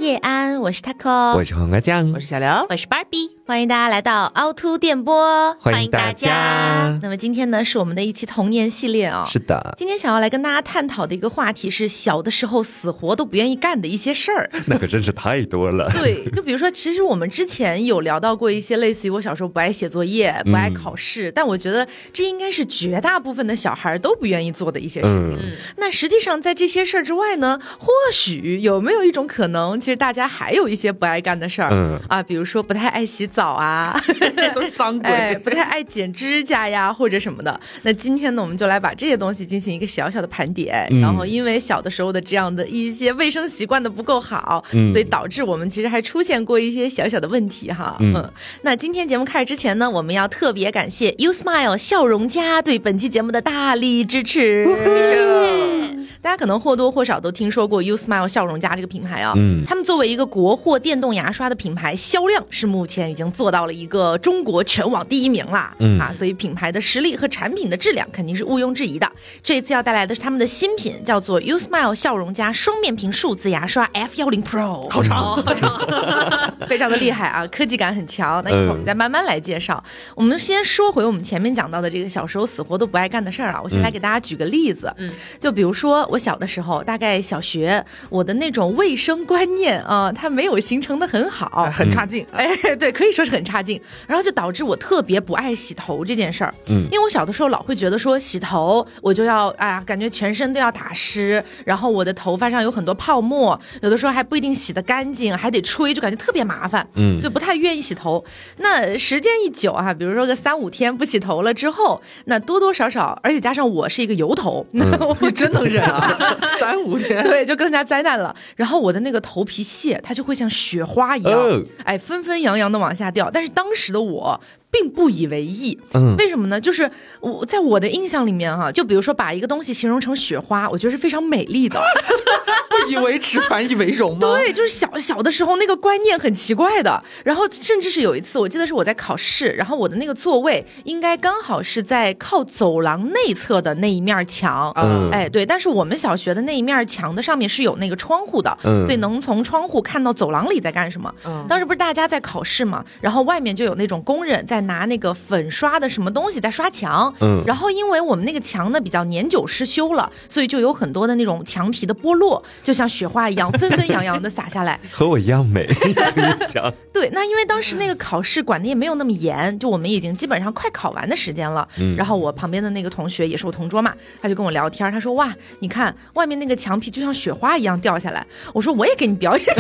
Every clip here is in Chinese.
叶安，我是 Taco， 我是黄瓜酱， 我是小刘， 我是 Barbie， 欢迎大家来到凹凸电波， 欢迎大家。 那么今天呢是我们的一期童年系列是的， 今天想要来跟大家探讨的一个话题是小的时候死活都不愿意干的一些事儿。 那可真是太多了。 对，就比如说其实我们之前有聊到过一些类似于我小时候不爱写作业不爱考试，但我觉得这应该是绝大部分的小孩都不愿意做的一些事情。那实际上在这些事儿之外呢，或许有没有一种可能，其实大家还有一些不爱干的事儿，比如说不太爱洗澡啊， 都是脏鬼， 不太爱剪指甲呀或者什么的。那今天呢我们就来把这些东西进行一个小小的盘点，然后因为小的时候的这样的一些卫生习惯的不够好，所以导致我们其实还出现过一些小小的问题哈。那今天节目开始之前呢，我们要特别感谢 YouSmile 笑容家对本期节目的大力支持。大家可能或多或少都听说过 YouSmile 笑容家这个品牌啊，他们作为一个国货电动牙刷的品牌，销量是目前已经做到了一个中国全网第一名啦。所以品牌的实力和产品的质量肯定是毋庸置疑的。这一次要带来的是他们的新品，叫做 YouSmile 笑容家双面屏数字牙刷 F10 Pro， 好长好长， 非常的厉害啊，科技感很强。那一会儿我们再慢慢来介绍。我们先说回我们前面讲到的这个小时候死活都不爱干的事儿啊，我先来给大家举个例子。就比如说我小的时候，大概小学，我的那种卫生观念啊，它没有形成的很好， 很差劲。 对，可以说是很差劲。然后就导致我特别不爱洗头这件事儿。因为我小的时候老会觉得说洗头我就要感觉全身都要打湿，然后我的头发上有很多泡沫，有的时候还不一定洗得干净，还得吹，就感觉特别麻烦。就不太愿意洗头。那时间一久啊，比如说个3-5天不洗头了之后，那多多少少，而且加上我是一个油头， 你真能忍啊！3-5天， 对，就更加灾难了。然后我的那个头皮屑，它就会像雪花一样，纷纷扬扬的往下掉。但是当时的我并不以为意，为什么呢？就是在我的印象里面就比如说把一个东西形容成雪花，我觉得是非常美丽的。 不以为耻反以为荣吗？ 对，就是小的时候那个观念很奇怪的。然后甚至是有一次，我记得是我在考试，然后我的那个座位应该刚好是在靠走廊内侧的那一面墙。对，但是我们小学的那一面墙的上面是有那个窗户的，所以能从窗户看到走廊里在干什么。当时不是大家在考试嘛，然后外面就有那种工人在拿那个粉刷的什么东西在刷墙。然后因为我们那个墙呢比较年久失修了，所以就有很多的那种墙皮的剥落，就像雪花一样纷纷扬扬的洒下来。 和我一样美。 对，那因为当时那个考试管的也没有那么严，就我们已经基本上快考完的时间了。然后我旁边的那个同学也是我同桌嘛，他就跟我聊天，他说哇，你看外面那个墙皮就像雪花一样掉下来。我说我也给你表演。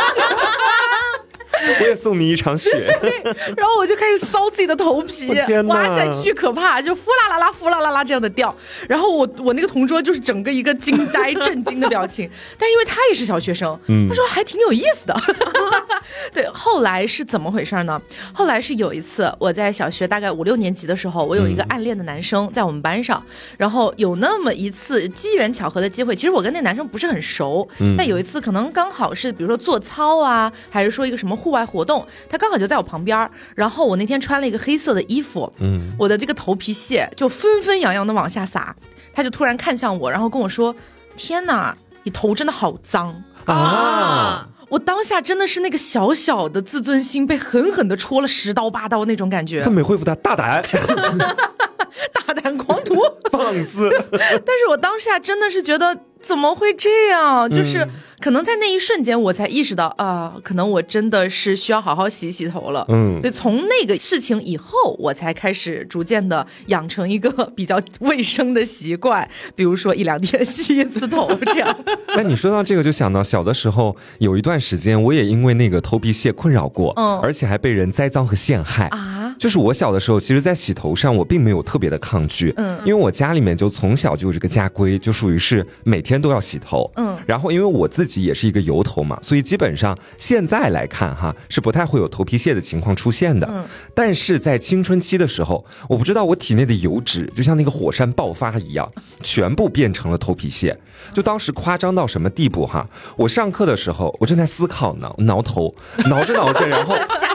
我也送你一场雪。 然后我就开始搔自己的头皮，哇塞，巨可怕，就呼啦啦啦呼啦啦啦这样的掉。然后我那个同桌就是整个一个惊呆震惊的表情。但是因为他也是小学生，他说还挺有意思的。对，后来是怎么回事呢？后来是有一次我在小学大概5-6年级的时候，我有一个暗恋的男生在我们班上，然后有那么一次机缘巧合的机会，其实我跟那男生不是很熟，但有一次可能刚好是比如说做操啊，还是说一个什么户外活动，他刚好就在我旁边，然后我那天穿了一个黑色的衣服，我的这个头皮屑就纷纷扬扬的往下洒，他就突然看向我，然后跟我说：天哪，你头真的好脏啊！我当下真的是那个小小的自尊心被狠狠的戳了10刀8刀那种感觉。 赞美恢复的大胆。 大胆狂徒， 放肆。 但是我当下真的是觉得怎么会这样，就是可能在那一瞬间我才意识到可能我真的是需要好好洗洗头了。所以从那个事情以后，我才开始逐渐的养成一个比较卫生的习惯，比如说1-2天洗一次头这样。 那你说到这个就想到小的时候有一段时间我也因为那个头皮屑困扰过，而且还被人栽赃和陷害啊。就是我小的时候其实在洗头上我并没有特别的抗拒，因为我家里面就从小就有这个家规，就属于是每天都要洗头。然后因为我自己也是一个油头嘛，所以基本上现在来看是不太会有头皮屑的情况出现的。但是在青春期的时候，我不知道我体内的油脂就像那个火山爆发一样，全部变成了头皮屑。就当时夸张到什么地步我上课的时候我正在思考呢，挠头挠着挠着，然后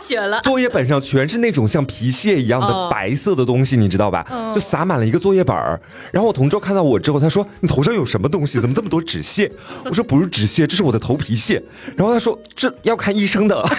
雪了。 作业本上全是那种像皮屑一样的白色的东西，你知道吧？就撒满了一个作业本。然后我同桌看到我之后，他说：“你头上有什么东西？怎么这么多纸屑？”我说：“不是纸屑，这是我的头皮屑。”然后他说：“这要看医生的。”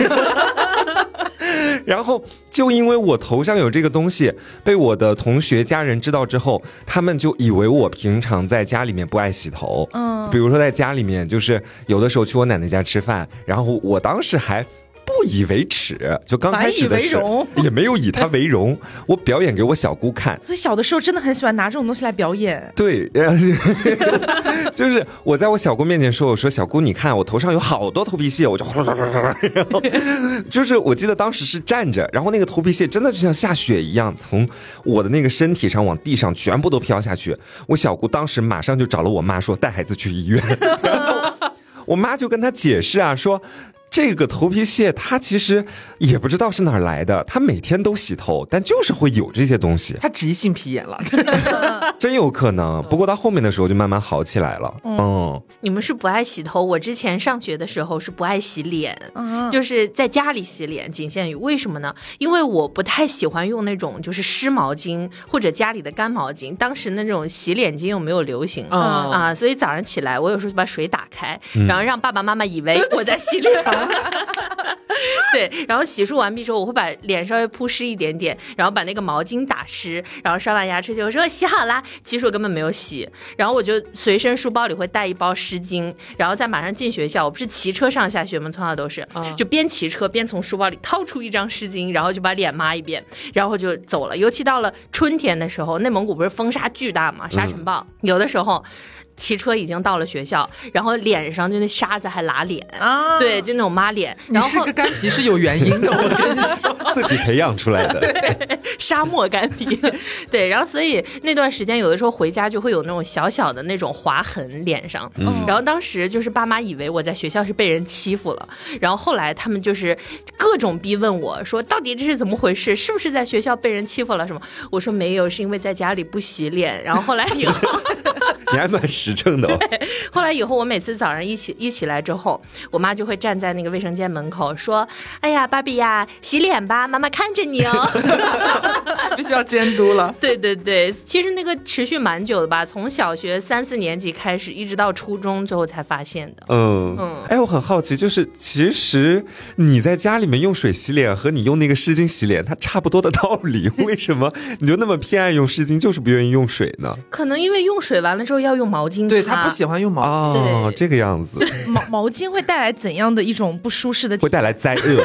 然后就因为我头上有这个东西，被我的同学家人知道之后，他们就以为我平常在家里面不爱洗头。比如说在家里面，就是有的时候去我奶奶家吃饭，然后我当时还不以为耻，就刚开始的时候也没有以他为荣，我表演给我小姑看。 所以小的时候真的很喜欢拿这种东西来表演。 对，就是我在我小姑面前说，我说小姑你看我头上有好多头皮屑，我就然后就是我记得当时是站着，然后那个头皮屑真的就像下雪一样，从我的那个身体上往地上全部都飘下去。我小姑当时马上就找了我妈说带孩子去医院，然后我妈就跟她解释啊说，这个头皮屑它其实也不知道是哪儿来的，它每天都洗头，但就是会有这些东西。 他急性皮炎了， 真有可能。不过到后面的时候就慢慢好起来了。 你们是不爱洗头，我之前上学的时候是不爱洗脸，就是在家里洗脸仅限于，为什么呢？因为我不太喜欢用那种就是湿毛巾或者家里的干毛巾，当时那种洗脸巾又没有流行所以早上起来我有时候就把水打开，然后让爸爸妈妈以为我在洗脸。对，然后洗漱完毕之后，我会把脸稍微铺湿一点点，然后把那个毛巾打湿，然后刷完牙吹气，我说洗好啦，其实我根本没有洗，然后我就随身书包里会带一包湿巾，然后再马上进学校。我不是骑车上下学吗？从小都是，就边骑车边从书包里掏出一张湿巾，然后就把脸抹一遍，然后就走了。尤其到了春天的时候，内蒙古不是风沙巨大嘛，沙尘暴，有的时候骑车已经到了学校，然后脸上就那沙子还拉脸对，就那种抹脸。然后你是个干皮是有原因的，我跟你说， 自己培养出来的。 对，沙漠干皮。对，然后所以那段时间有的时候回家就会有那种小小的那种划痕脸上，然后当时就是爸妈以为我在学校是被人欺负了，然后后来他们就是各种逼问我说到底这是怎么回事，是不是在学校被人欺负了什么？我说没有，是因为在家里不洗脸。然后后来以后你还蛮实诚的哦。 后来以后我每次早上一起来之后，我妈就会站在那个卫生间门口说，哎呀芭比呀，洗脸吧，妈妈看着你哦。 必须要监督了。 对对对，其实那个持续蛮久的吧，从小学3、4年级开始一直到初中最后才发现的。 哎，我很好奇，就是其实你在家里面用水洗脸和你用那个湿巾洗脸它差不多的道理，为什么你就那么偏爱用湿巾，就是不愿意用水呢？ 可能因为用水完了之后要用毛巾擦。 对，他不喜欢用毛巾。这个样子。 毛巾会带来怎样的一种不舒适的体验？ 会带来灾厄。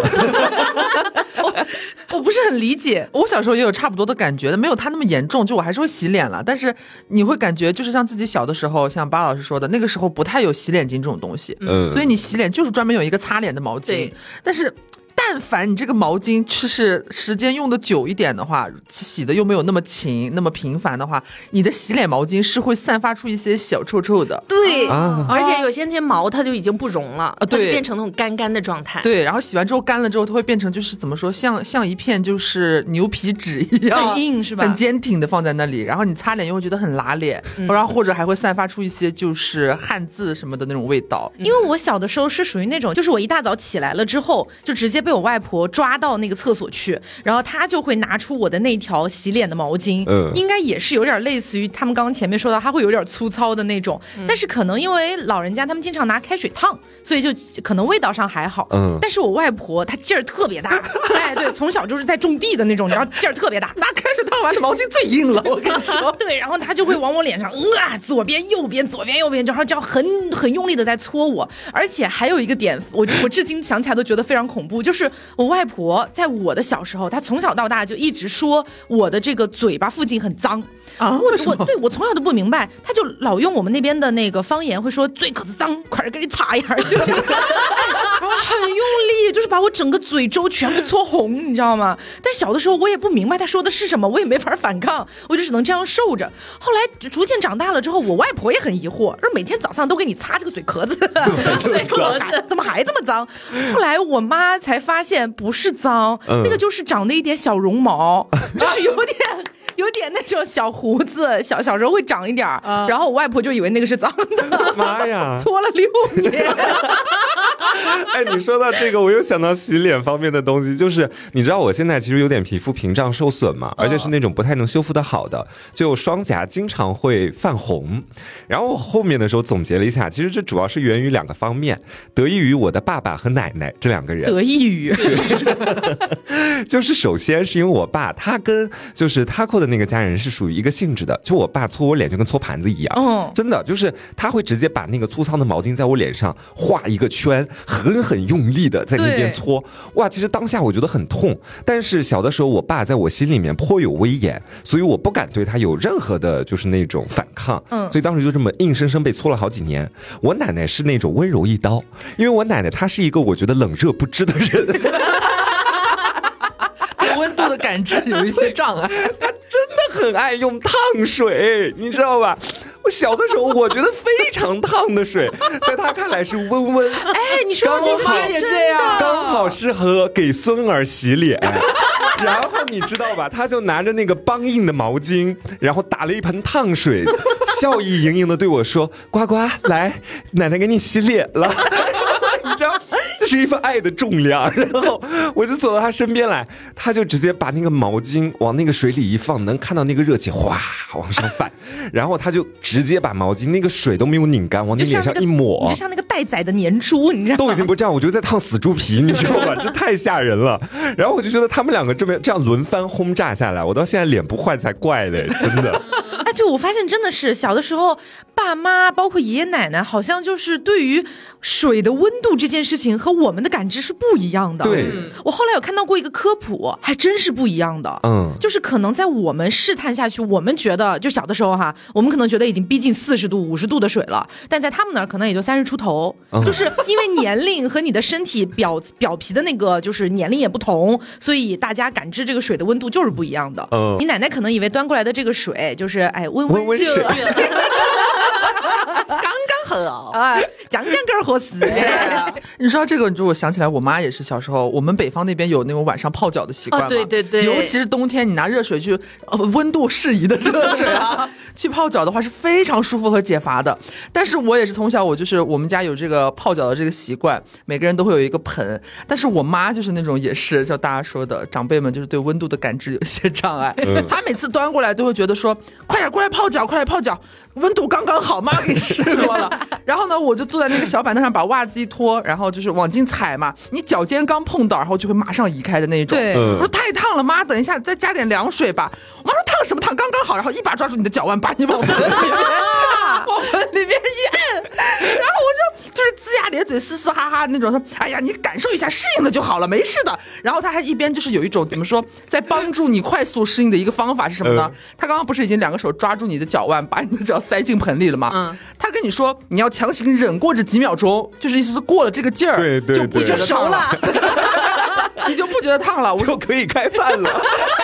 我不是很理解。 我小时候也有差不多的感觉的，没有他那么严重，就我还是会洗脸了，但是你会感觉就是像自己小的时候，像巴老师说的，那个时候不太有洗脸巾这种东西，所以你洗脸就是专门有一个擦脸的毛巾，但是但凡你这个毛巾就是时间用的久一点的话，洗的又没有那么勤那么频繁的话，你的洗脸毛巾是会散发出一些小臭臭的。 对，而且有些那些毛它就已经不溶了，它就变成那种干干的状态。 对，然后洗完之后干了之后，它会变成就是怎么说，像一片就是牛皮纸一样， 很硬是吧？ 很坚挺的放在那里，然后你擦脸又会觉得很拉脸，然后或者还会散发出一些就是汗渍什么的那种味道。 因为我小的时候是属于那种，就是我一大早起来了之后，就直接被我外婆抓到那个厕所去，然后她就会拿出我的那条洗脸的毛巾，应该也是有点类似于他们刚刚前面说到，它会有点粗糙的那种，但是可能因为老人家他们经常拿开水烫，所以就可能味道上还好。但是我外婆她劲儿特别大，哎，对，从小就是在种地的那种，然后劲儿特别大， 拿开水烫完的毛巾最硬了，我跟你说。 对，然后她就会往我脸上左边右边左边右边，然后这样很用力的在搓我。而且还有一个点，我至今想起来都觉得非常恐怖，就是我外婆在我的小时候，她从小到大就一直说我的这个嘴巴附近很脏啊。我从小都不明白，她就老用我们那边的那个方言会说嘴可是脏，快点给你擦一下，就然后很用力，就是把我整个嘴周全部搓红，你知道吗？但是小的时候我也不明白她说的是什么，我也没法反抗，我就只能这样受着。后来逐渐长大了之后，我外婆也很疑惑，说每天早上都给你擦这个嘴壳子，怎么还这么脏？后来我妈才发现不是脏，那个就是长了一点小绒毛，就是有点那种小胡子，小时候会长一点，然后我外婆就以为那个是脏的， 妈呀， 搓了6年。 哎，你说到这个，我又想到洗脸方面的东西，就是你知道我现在其实有点皮肤屏障受损嘛，而且是那种不太能修复的好的，就双颊经常会泛红。然后我后面的时候总结了一下，其实这主要是源于2个方面，得益于我的爸爸和奶奶这2个人。 得益于， 就是首先是因为我爸他跟就是Taco的那个家人是属于一个性质的，就我爸搓我脸就跟搓盘子一样，真的就是他会直接把那个粗糙的毛巾在我脸上画一个圈，很用力的在那边搓，哇，其实当下我觉得很痛，但是小的时候我爸在我心里面颇有威严，所以我不敢对他有任何的就是那种反抗，所以当时就这么硬生生被搓了好几年。我奶奶是那种温柔一刀，因为我奶奶她是一个我觉得冷热不知的人温度的感知有一些障碍， 她真的很爱用烫水，你知道吧？我小的时候我觉得非常烫的水在他看来是温温， 哎，你说这个也这样， 刚好适合给孙儿洗脸。然后你知道吧，他就拿着那个梆硬的毛巾，然后打了一盆烫水，笑意盈盈的对我说：“呱呱，来，奶奶给你洗脸了。”你知道这是一份爱的重量。然后我就走到他身边来，他就直接把那个毛巾往那个水里一放，能看到那个热气哗往上泛，然后他就直接把毛巾那个水都没有拧干往你脸上一抹， 你就像那个待宰的年猪，你知道吗？ 都已经不这样，我就在烫死猪皮，你知道吧？这太吓人了。然后我就觉得他们2个这样轮番轰炸下来，我到现在脸不坏才怪嘞，真的。 哎，对，我发现真的是小的时候，爸妈包括爷爷奶奶，好像就是对于水的温度这件事情和我们的感知是不一样的。 对， 我后来有看到过一个科普，还真是不一样的。就是可能在我们试探下去，我们觉得就小的时候哈，我们可能觉得已经逼近40度、50度的水了，但在他们那儿可能也就30出头，就是因为年龄和你的身体表皮的那个就是年龄也不同，所以大家感知这个水的温度就是不一样的。你奶奶可能以为端过来的这个水就是哎温温热。 刚刚好啊，讲根合适。 你说到这个，我想起来，我妈也是小时候，我们北方那边有那种晚上泡脚的习惯嘛， 对对对， 尤其是冬天，你拿热水去，温度适宜的热水啊，去泡脚的话是非常舒服和解乏的。但是我也是从小，我们家有这个泡脚的这个习惯，每个人都会有一个盆，但是我妈就是那种也是像大家说的，长辈们就是对温度的感知有些障碍，她每次端过来都会觉得说，快点过来泡脚，快来泡脚，温度刚刚好，妈给试过了。然后呢，我就坐在那个小板凳上，把袜子一脱，然后就是往进踩嘛。你脚尖刚碰到，然后就会马上移开的那种。 对， 我说太烫了，妈，等一下再加点凉水吧。我妈说烫什么烫，刚刚好。然后一把抓住你的脚腕，把你往盆里面往盆里面一摁，然后我就是龇牙咧嘴、嘶嘶哈哈那种，说哎呀，你感受一下，适应了就好了，没事的。然后他还一边就是有一种怎么说，在帮助你快速适应的一个方法是什么呢？他刚刚不是已经2个手抓住你的脚腕，把你的脚塞进盆里了吗？他跟你说你要强行忍过这几秒钟，就是意思是过了这个劲儿， 对对对， 就不觉得熟了，你就不觉得烫了，我就可以开饭了。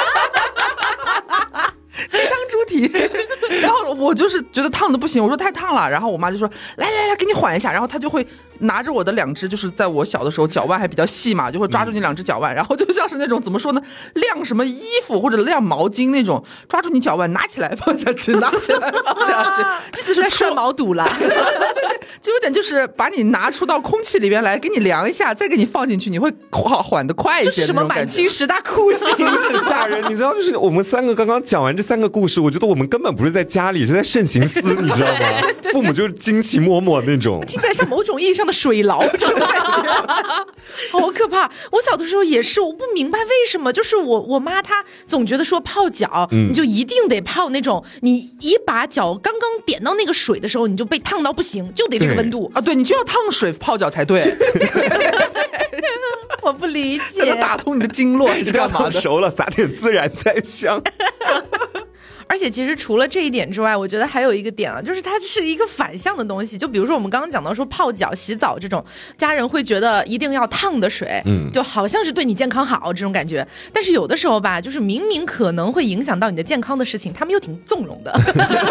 鸡汤猪蹄，然后我就是觉得烫的不行，我说太烫了，然后我妈就说来，给你缓一下，然后她就会拿着我的2只，就是在我小的时候脚腕还比较细嘛，就会抓住你2只脚腕，然后就像是那种怎么说呢，晾什么衣服或者晾毛巾那种，抓住你脚腕拿起来放下去，拿起来放下去，意思是在涮毛肚了，就有点就是把你拿出到空气里边来，给你量一下，再给你放进去，你会缓得快一些。 这是什么满清10大酷刑？ 真的很吓人，你知道，就是我们3个刚刚讲完这3个故事，我觉得我们根本不是在家里，是在慎刑司，你知道吗？父母就是惊奇嬷嬷那种， 听起来像某种意义上的水牢这种感觉，好可怕。我小的时候也是，我不明白为什么，就是我妈她总觉得说泡脚，你就一定得泡那种，你一把脚刚刚点到那个水的时候，你就被烫到不行，就得这个温度啊，对，你就要烫水泡脚才对。 我不理解， 能打通你的经络是干嘛的？ 熟了，撒点孜然再香。 而且其实除了这一点之外，我觉得还有一个点啊，就是它是一个反向的东西。就比如说我们刚刚讲到说泡脚、洗澡这种，家人会觉得一定要烫的水，就好像是对你健康好这种感觉。但是有的时候吧，就是明明可能会影响到你的健康的事情，他们又挺纵容的。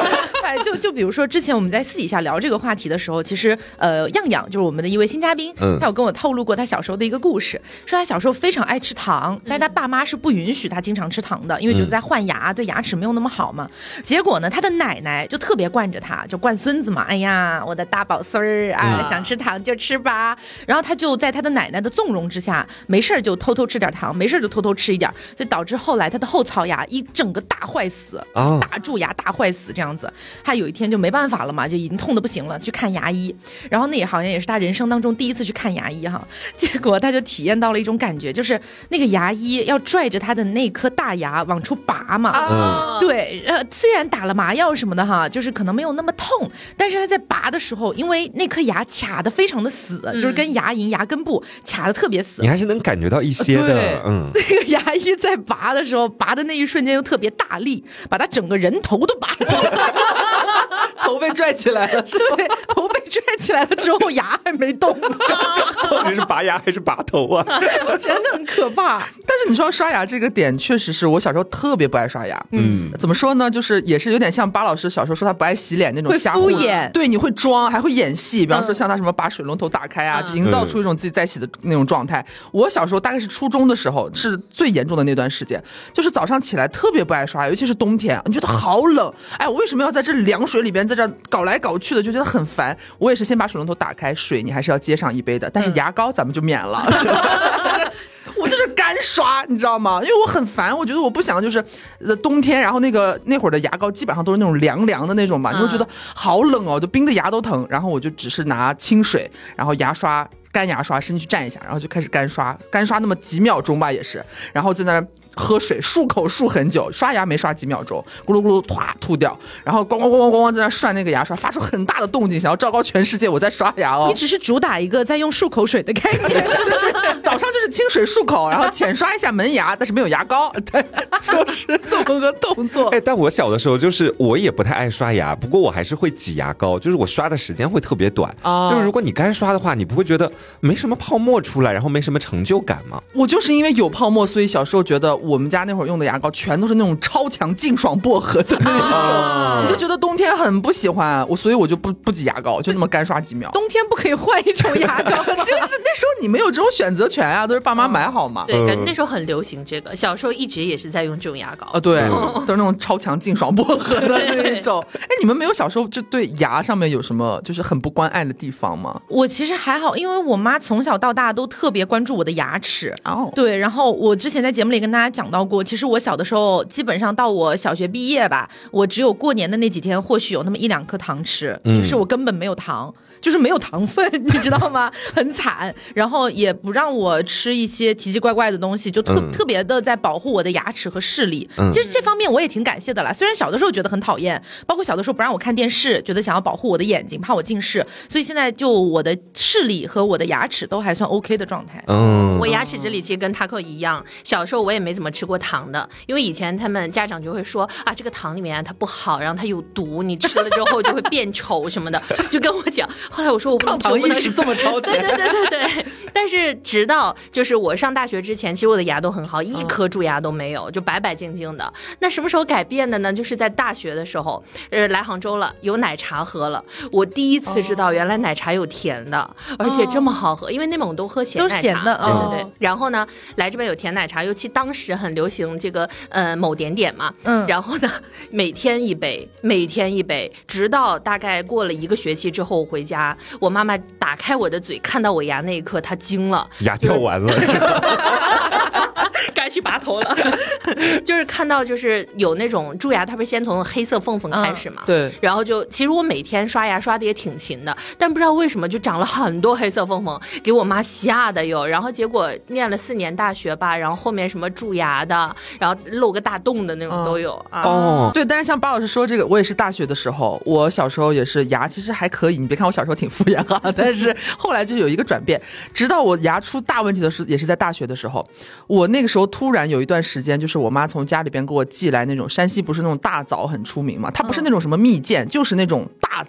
对，就比如说之前我们在私底下聊这个话题的时候，其实样样就是我们的一位新嘉宾，他有跟我透露过他小时候的一个故事，说他小时候非常爱吃糖，但是他爸妈是不允许他经常吃糖的，因为觉得在换牙，对牙齿没有那么好嘛。结果呢，他的奶奶就特别惯着他，就惯孙子嘛，哎呀，我的大宝孙儿啊，想吃糖就吃吧。然后他就在他的奶奶的纵容之下，没事就偷偷吃点糖，没事就偷偷吃一点，所以导致后来他的后槽牙一整个大坏死，大蛀牙大坏死这样子。他有一天就没办法了嘛，就已经痛得不行了，去看牙医。然后那也好像也是他人生当中第一次去看牙医哈，结果他就体验到了一种感觉，就是那个牙医要拽着他的那颗大牙往出拔嘛。对，虽然打了麻药什么的哈，就是可能没有那么痛，但是他在拔的时候，因为那颗牙卡得非常的死，就是跟牙龈牙根部卡得特别死， 你还是能感觉到一些的。 那个牙医在拔的时候，拔的那一瞬间又特别大力，把他整个人头都拔了。 头被拽起来了， 对，头被拽起来了之后，牙还没动。 到底是拔牙还是拔头啊？ 真的很可怕。 但是你说刷牙这个点，确实是我小时候特别不爱刷牙。怎么说呢？就是也是有点像巴老师小时候说他不爱洗脸那种瞎敷衍。 对，你会装，还会演戏，比方说像他什么把水龙头打开啊，就营造出一种自己在洗的那种状态。我小时候大概是初中的时候，是最严重的那段时间，就是早上起来特别不爱刷牙，尤其是冬天，你觉得好冷，哎，我为什么要在这凉水里边在这搞来搞去的，就觉得很烦。我也是先把水龙头打开，水你还是要接上一杯的，但是牙膏咱们就免了。我就是干刷，你知道吗？因为我很烦，我觉得我不想就是冬天，然后那会儿的牙膏基本上都是那种凉凉的那种嘛，你会觉得好冷哦，就冰的牙都疼。然后我就只是拿清水，然后牙刷干牙刷伸进去蘸一下，然后就开始干刷那么几秒钟吧，也是，然后在那喝水漱口漱很久，刷牙没刷几秒钟，咕噜咕噜唰吐掉，然后咣咣咣咣咣在那涮那个牙刷，发出很大的动静，想要昭告全世界我在刷牙哦。 你只是主打一个在用漱口水的概念， 是早上就是清水漱口，然后浅刷一下门牙，但是没有牙膏，对，就是这么个动作。 但我小的时候就是我也不太爱刷牙，不过我还是会挤牙膏，就是我刷的时间会特别短。就是如果你干刷的话，你不会觉得没什么泡沫出来，然后没什么成就感吗？ 我就是因为有泡沫，所以小时候觉得我们家那会儿用的牙膏全都是那种超强净爽薄荷的那种，你就觉得冬天很不喜欢所以我就不挤牙膏，就那么干刷几秒。 冬天不可以换一种牙膏， 就是那时候你没有这种选择权啊，都是爸妈买好嘛。 对，感觉那时候很流行这个，小时候一直也是在用这种牙膏。 对，都是那种超强净爽薄荷的那种。你们没有小时候就对牙上面有什么就是很不关爱的地方吗？ 我其实还好，因为我妈从小到大都特别关注我的牙齿。对，然后我之前在节目里跟大家讲到过，其实我小的时候基本上到我小学毕业吧，我只有过年的那几天或许有那么1-2颗糖吃，就是我根本没有糖，就是没有糖分，你知道吗？很惨。然后也不让我吃一些奇奇怪怪的东西，就特别的在保护我的牙齿和视力。其实这方面我也挺感谢的啦，虽然小的时候觉得很讨厌，包括小的时候不让我看电视，觉得想要保护我的眼睛，怕我近视，所以现在就我的视力和我的牙齿都还算 OK 的状态。 我牙齿这里其实跟Taco一样，小时候我也没怎么吃过糖的，因为以前他们家长就会说啊，这个糖里面它不好，然后它有毒，你吃了之后就会变丑什么的，就跟我讲。后来我说我抗糖意识这么超前， 对。但是直到就是我上大学之前，其实我的牙都很好，一颗蛀牙都没有，就白白净净的。那什么时候改变的呢？就是在大学的时候，来杭州了，有奶茶喝了，我第一次知道原来奶茶有甜的，而且这么好喝，因为内蒙都喝咸奶茶， 都咸的， 对。然后呢，来这边有甜奶茶，尤其当时很流行这个某点点嘛，然后呢，每天一杯，直到大概过了1个学期之后回家，我妈妈打开我的嘴，看到我牙那一刻，她惊了， 牙掉完了， 该去拔头了。就是看到就是有那种蛀牙，它不是先从黑色缝缝开始嘛， 对， 然后就其实我每天刷牙刷的也挺勤的，但不知道为什么就长了很多黑色缝缝，给我妈吓的哟。然后结果念了4年大学吧，然后后面什么蛀牙的，然后露个大洞的那种都有对，但是像巴老师说这个，我也是大学的时候，我小时候也是牙其实还可以，你别看我小时候挺敷衍哈，但是后来就有一个转变，直到我牙出大问题的时候，也是在大学的时候，我那个时候突然有一段时间，就是我妈从家里边给我寄来那种山西不是那种大枣很出名嘛，它不是那种什么蜜饯，就是那种大枣。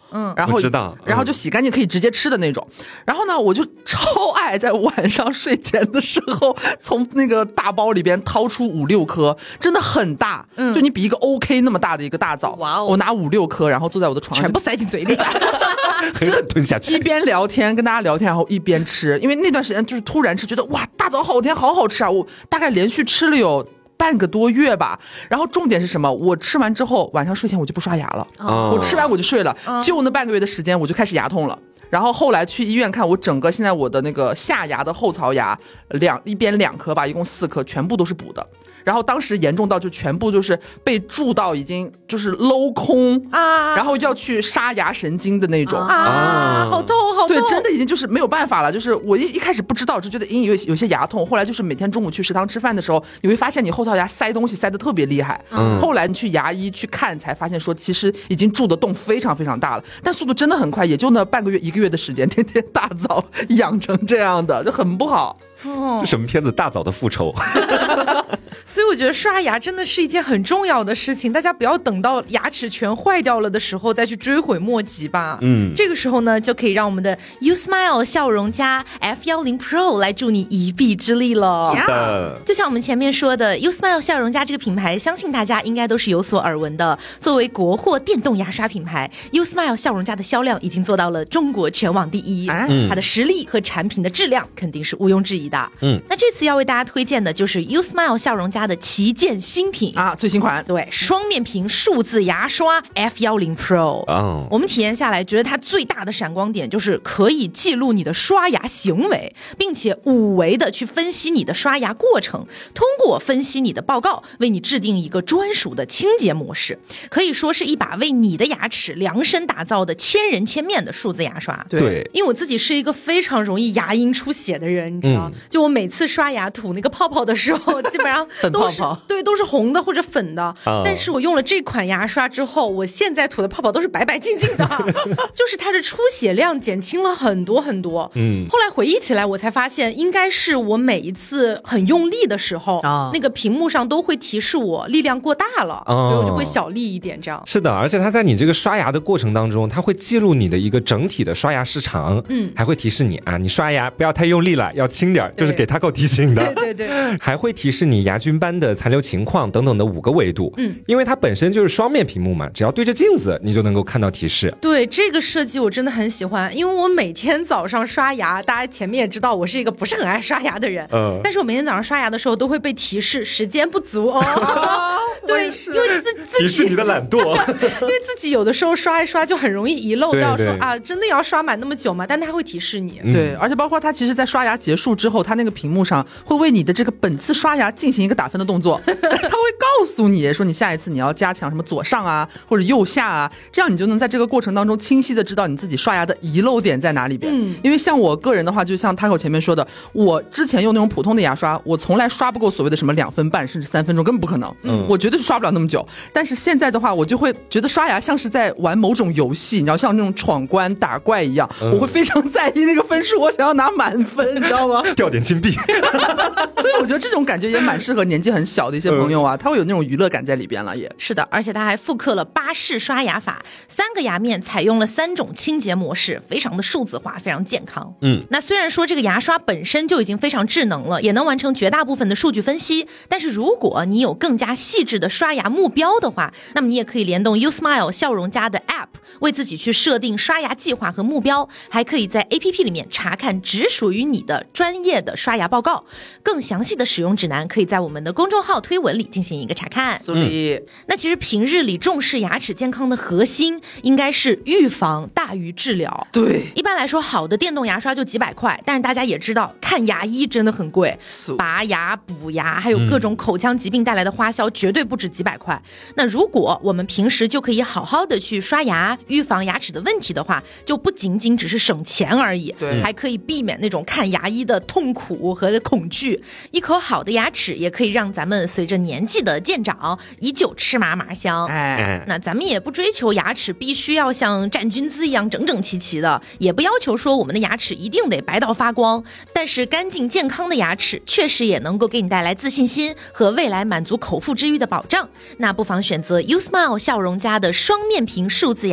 然后我知道， 然后就洗干净可以直接吃的那种。然后呢，我就超爱在晚上睡前的时候从那个大包里边掏出5-6颗，真的很大，就你比一个 OK 那么大的一个大枣， 哇哦， 我拿5-6颗，然后坐在我的床上全部塞进嘴里， 狠狠吞下去， 一边聊天跟大家聊天，然后一边吃，因为那段时间就是突然吃，觉得哇大枣好甜，好好吃啊！我大概连续吃了有半个多月吧。然后重点是什么？我吃完之后晚上睡前我就不刷牙了，我吃完我就睡了，就那半个月的时间我就开始牙痛了。然后后来去医院看，我整个现在我的那个下牙的后槽牙一边2颗吧，一共4颗，全部都是补的。然后当时严重到就全部就是被蛀到已经就是镂空啊，然后要去杀牙神经的那种啊，好痛好痛。 对，真的已经就是没有办法了。就是我一开始不知道，就觉得隐隐有些牙痛，后来就是每天中午去食堂吃饭的时候，你会发现你后槽牙塞东西塞得特别厉害。后来你去牙医去看，才发现说其实已经蛀的洞非常非常大了，但速度真的很快，也就那半个月1个月的时间，天天大枣养成这样的，就很不好。 这什么片子？大枣的复仇。 所以我觉得刷牙真的是一件很重要的事情，大家不要等到牙齿全坏掉了的时候再去追悔莫及吧。这个时候呢，就可以让我们的 You Smile 笑容家 F10 Pro 来助你一臂之力了。就像我们前面说的 You Smile 笑容家这个品牌，相信大家应该都是有所耳闻的。作为国货电动牙刷品牌， You Smile 笑容家的销量已经做到了中国全网第1，它的实力和产品的质量肯定是毋庸置疑的。那这次要为大家推荐的就是 You Smile 笑容家的旗舰新品啊，最新款， 对，双面屏数字牙刷 F10 Pro。我们体验下来，觉得它最大的闪光点就是可以记录你的刷牙行为，并且5维的去分析你的刷牙过程，通过分析你的报告，为你制定一个专属的清洁模式，可以说是一把为你的牙齿量身打造的千人千面的数字牙刷。 对， 因为我自己是一个非常容易牙龈出血的人，你知道，就我每次刷牙吐那个泡泡的时候，基本上都是对，都是红的或者粉的。但是我用了这款牙刷之后，我现在吐的泡泡都是白白净净的，就是它的出血量减轻了很多很多。后来回忆起来，我才发现应该是我每一次很用力的时候，那个屏幕上都会提示我力量过大了，所以我就会小力一点这样。 是的，而且它在你这个刷牙的过程当中，它会记录你的一个整体的刷牙时长，还会提示你啊，你刷牙不要太用力了，要轻点，就是给它够提醒的。 对， 还会提示你牙菌斑的残留情况等等的5个维度。因为它本身就是双面屏幕嘛，只要对着镜子，你就能够看到提示。 对，这个设计我真的很喜欢，因为我每天早上刷牙，大家前面也知道我是一个不是很爱刷牙的人，但是我每天早上刷牙的时候都会被提示时间不足哦。对，因为自己提示你的懒惰， 因为自己有的时候刷一刷就很容易遗漏到说啊，真的要刷满那么久吗？但它会提示你。 对，而且包括它其实在刷牙结束之后，它那个屏幕上会为你的这个本次刷牙进行一个打分的动作，它会告诉你说你下一次你要加强什么左上啊或者右下啊，这样你就能在这个过程当中清晰的知道你自己刷牙的遗漏点在哪里边。因为像我个人的话，就像Taco前面说的，我之前用那种普通的牙刷，我从来刷不够所谓的什么2分半甚至3分钟，根本不可能，我绝对是刷不了那么久。但是现在的话，我就会觉得刷牙像是在玩某种游戏，你知道，像那种闯关打怪一样，我会非常在意那个分数，我想要拿满分，你知道吗？ 掉点金币。 所以我觉得这种感觉也蛮适合年纪很小的一些朋友啊，他会有那种娱乐感在里边了也。 是的，而且它还复刻了巴氏刷牙法，3个牙面采用了3种清洁模式，非常的数字化，非常健康。那虽然说这个牙刷本身就已经非常智能了，也能完成绝大部分的数据分析，但是如果你有更加细致的刷牙目标的话，那么你也可以联动 You Smile 笑容家的 App， 为自己去设定刷牙计划和目标，还可以在 APP 里面查看只属于你的专业的刷牙报告。更详细的使用指南可以在我们的公众号推文里进行一个查看。那其实平日里重视牙齿健康的核心应该是预防大于治疗。 对， 一般来说好的电动牙刷就几百块，但是大家也知道看牙医真的很贵，拔牙补牙还有各种口腔疾病带来的花销绝对不止几百块。那如果我们平时就可以好好的去刷牙预防牙齿的问题的话，就不仅仅只是省钱而已，还可以避免那种看牙医的痛苦和恐惧。一口好的牙齿也可以让咱们随着年纪的渐长依旧吃嘛嘛香。那咱们也不追求牙齿必须要像站军姿一样整整齐齐的，也不要求说我们的牙齿一定得白到发光，但是干净健康的牙齿确实也能够给你带来自信心和未来满足口腹之欲的保障。那不妨选择 You Smile 笑容家的双面屏数字牙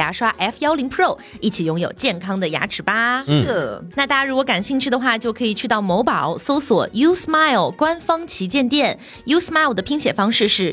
牙刷 F10 Pro， 一起拥有健康的牙齿吧。那大家如果感兴趣的话，就可以去到某宝搜索 USmile 官方旗舰店， USmile 的拼写方式是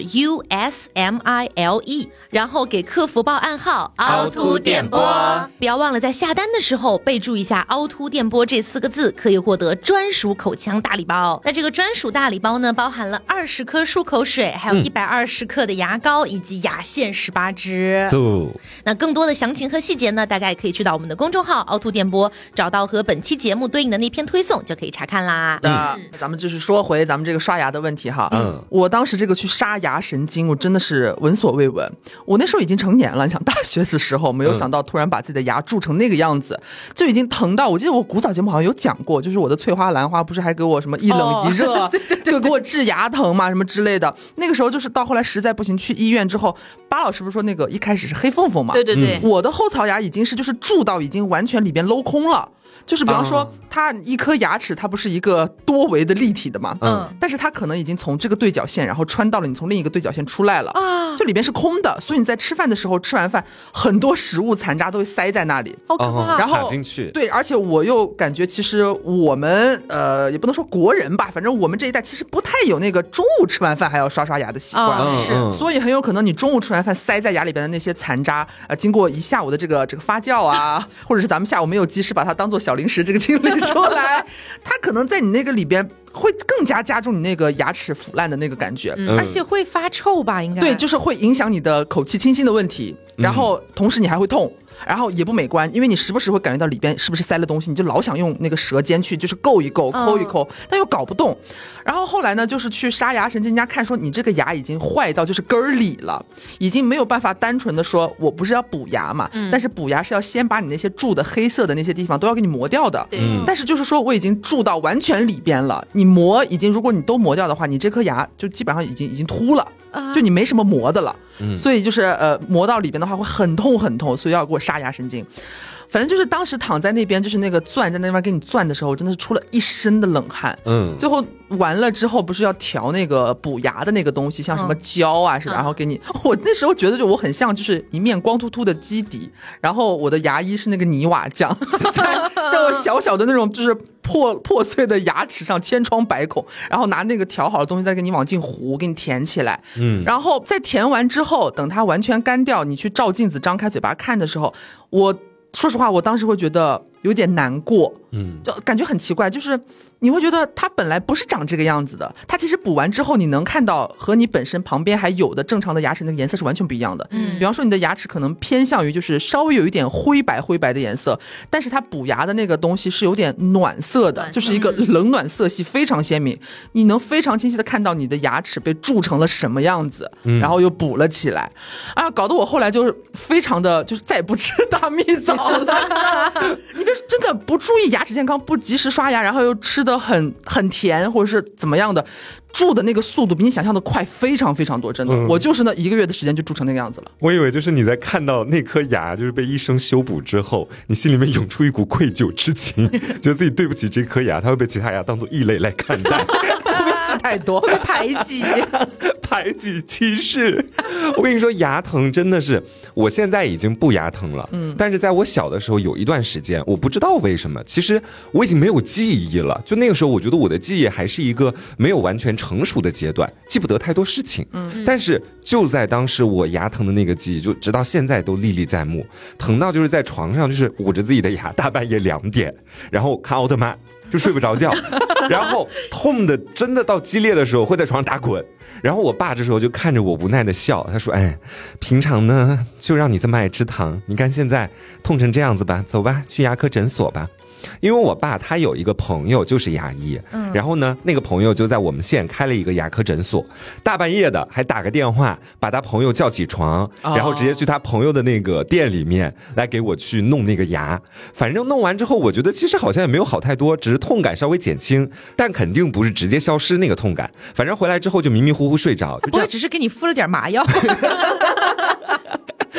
USMILE， 然后给客服报暗号凹凸电波，不要忘了在下单的时候备注一下凹凸电波这4个字，可以获得专属口腔大礼包。那这个专属大礼包呢，包含了20颗漱口水，还有120克的牙膏，以及牙线18支。那更多的详情和细节呢，大家也可以去到我们的公众号凹凸电波，找到和本期节目对应的那篇推送就可以查看啦。 咱们就是说回咱们这个刷牙的问题哈。我当时这个去杀牙神经，我真的是闻所未闻。我那时候已经成年了，想大学的时候没有想到突然把自己的牙蛀成那个样子，就已经疼到，我记得我古早节目好像有讲过，就是我的翠花兰花不是还给我什么一冷一热，就给我治牙疼嘛什么之类的。那个时候就是到后来实在不行去医院之后，巴老师不是说那个一开始是黑缝缝嘛？ 对， 我的后槽牙已经是就是蛀到已经完全里边镂空了。就是比方说它一颗牙齿它不是一个多维的立体的嘛，但是它可能已经从这个对角线然后穿到了你从另一个对角线出来了，就里边是空的，所以你在吃饭的时候吃完饭很多食物残渣都会塞在那里， 好可怕， 然后卡进去。对， 而且我又感觉其实我们也不能说国人吧，反正我们这一代其实不太有那个中午吃完饭还要刷牙的习惯，所以很有可能你中午吃完饭塞在牙里边的那些残渣，经过一下午的这个发酵啊，或者是咱们下午没有及时把它当做小零食这个经历出来，它可能在你那个里边会更加加重你那个牙齿腐烂的那个感觉， 而且会发臭吧？应该对，就是会影响你的口气清新的问题，然后同时你还会痛。然后也不美观，因为你时不时会感觉到里边是不是塞了东西，你就老想用那个舌尖去就是够一够抠一抠，但又搞不动。然后后来呢，就是去杀牙神经，人家看说你这个牙已经坏到就是根儿里了，已经没有办法单纯的说我不是要补牙嘛，但是补牙是要先把你那些蛀的黑色的那些地方都要给你磨掉的。但是就是说我已经蛀到完全里边了，你磨已经如果你都磨掉的话，你这颗牙就基本上已经秃了，就你没什么磨的了。所以就是磨到里边的话会很痛很痛，所以要给我杀牙神经。反正就是当时躺在那边，就是那个钻在那边给你钻的时候，真的是出了一身的冷汗。最后完了之后不是要调那个补牙的那个东西，像什么胶啊是吧，然后给你，我那时候觉得就我很像就是一面光秃秃的基底，然后我的牙医是那个泥瓦匠，在我小小的那种就是破碎的牙齿上千疮百孔，然后拿那个调好的东西再给你往进糊，给你填起来。然后在填完之后，等它完全干掉，你去照镜子张开嘴巴看的时候，我说实话我当时会觉得有点难过，就感觉很奇怪，就是你会觉得它本来不是长这个样子的，它其实补完之后你能看到和你本身旁边还有的正常的牙齿那个颜色是完全不一样的。比方说你的牙齿可能偏向于就是稍微有一点灰白的颜色，但是它补牙的那个东西是有点暖色的，就是一个冷暖色系非常鲜明，你能非常清晰的看到你的牙齿被蛀成了什么样子，然后又补了起来啊，搞得我后来就是非常的就是再也不吃大蜜枣了。你别说真的不注意牙齿健康，不及时刷牙，然后又吃的很甜或者是怎么样的，蛀的那个速度比你想象的快非常非常多，真的。我就是那1个月的时间就蛀成那个样子了。 我以为就是你在看到那颗牙就是被医生修补之后，你心里面涌出一股愧疚之情，觉得自己对不起这颗牙，它会被其他牙当作异类来看待。 会戏太多， 会排挤歧视。我跟你说，牙疼真的是，我现在已经不牙疼了，但是在我小的时候有一段时间，我不知道为什么，其实我已经没有记忆了。就那个时候，我觉得我的记忆还是一个没有完全成熟的阶段，记不得太多事情。但是就在当时我牙疼的那个记忆，就直到现在都历历在目，疼到就是在床上就是捂着自己的牙，大半夜2点，然后看奥特曼。就睡不着觉，然后痛的真的到激烈的时候会在床上打滚，然后我爸这时候就看着我无奈的笑，他说：“哎，平常呢就让你这么爱吃糖，你看现在痛成这样子吧，走吧，去牙科诊所吧。”因为我爸他有一个朋友就是牙医，然后呢那个朋友就在我们县开了一个牙科诊所，大半夜的还打个电话把他朋友叫起床，然后直接去他朋友的那个店里面来给我去弄那个牙。反正弄完之后我觉得其实好像也没有好太多，只是痛感稍微减轻，但肯定不是直接消失那个痛感。反正回来之后就迷迷糊糊睡着， 不会只是给你敷了点麻药。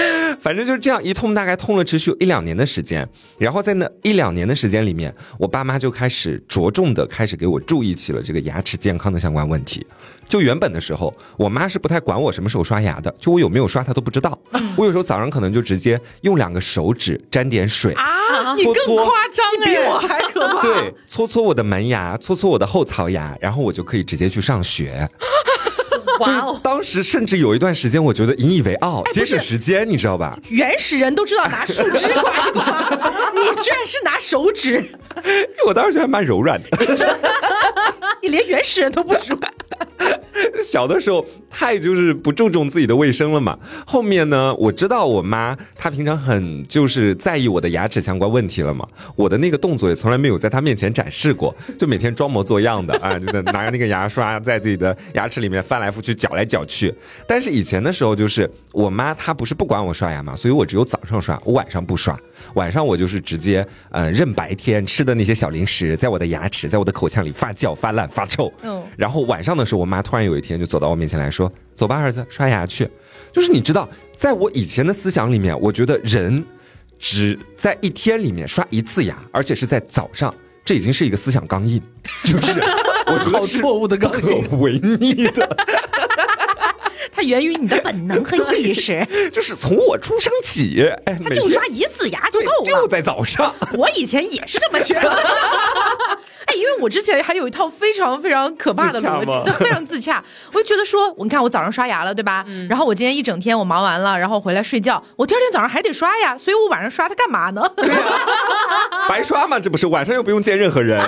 反正就是这样一痛，大概痛了持续有1-2年的时间。然后在那1-2年的时间里面，我爸妈就开始着重的开始给我注意起了这个牙齿健康的相关问题。就原本的时候，我妈是不太管我什么时候刷牙的，就我有没有刷她都不知道。我有时候早上可能就直接用2个手指沾点水啊，你更夸张， 你比我还可怕。 对，搓搓我的门牙，搓搓我的后槽牙，然后我就可以直接去上学。哇哦！当时甚至有一段时间，我觉得引以为傲，节省时间，你知道吧？ 原始人都知道拿树枝刮一刮，你居然是拿手指。 我当时觉得还蛮柔软的。 你连原始人都不如。 小的时候太就是不注重自己的卫生了嘛。后面呢，我知道我妈她平常很就是在意我的牙齿相关问题了嘛。我的那个动作也从来没有在她面前展示过，就每天装模作样的啊，就拿着那个牙刷在自己的牙齿里面翻来覆去搅来搅去。但是以前的时候，就是我妈她不是不管我刷牙嘛，所以我只有早上刷，我晚上不刷。晚上我就是直接任白天吃的那些小零食在我的牙齿在我的口腔里发酵发烂发臭。然后晚上的时候，我妈突然有一天就走到我面前来说，走吧儿子，刷牙去。就是你知道，在我以前的思想里面，我觉得人只在一天里面刷1次牙，而且是在早上，这已经是一个思想钢印，就是我觉得是错误的钢印， 不可违逆的。 它源于你的本能和意识， 就是从我出生起， 他就刷1次牙就够了， 就在早上。 我以前也是这么觉得。因为我之前还有一套非常非常可怕的逻辑，非常自洽。我就觉得说，你看我早上刷牙了，对吧？然后我今天一整天我忙完了，然后回来睡觉，我第2天早上还得刷呀，所以我晚上刷它干嘛呢？ 白刷嘛，这不是晚上又不用见任何人。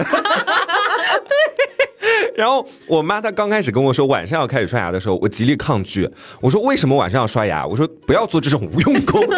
对。然后我妈她刚开始跟我说晚上要开始刷牙的时候，我极力抗拒。我说为什么晚上要刷牙？我说不要做这种无用功。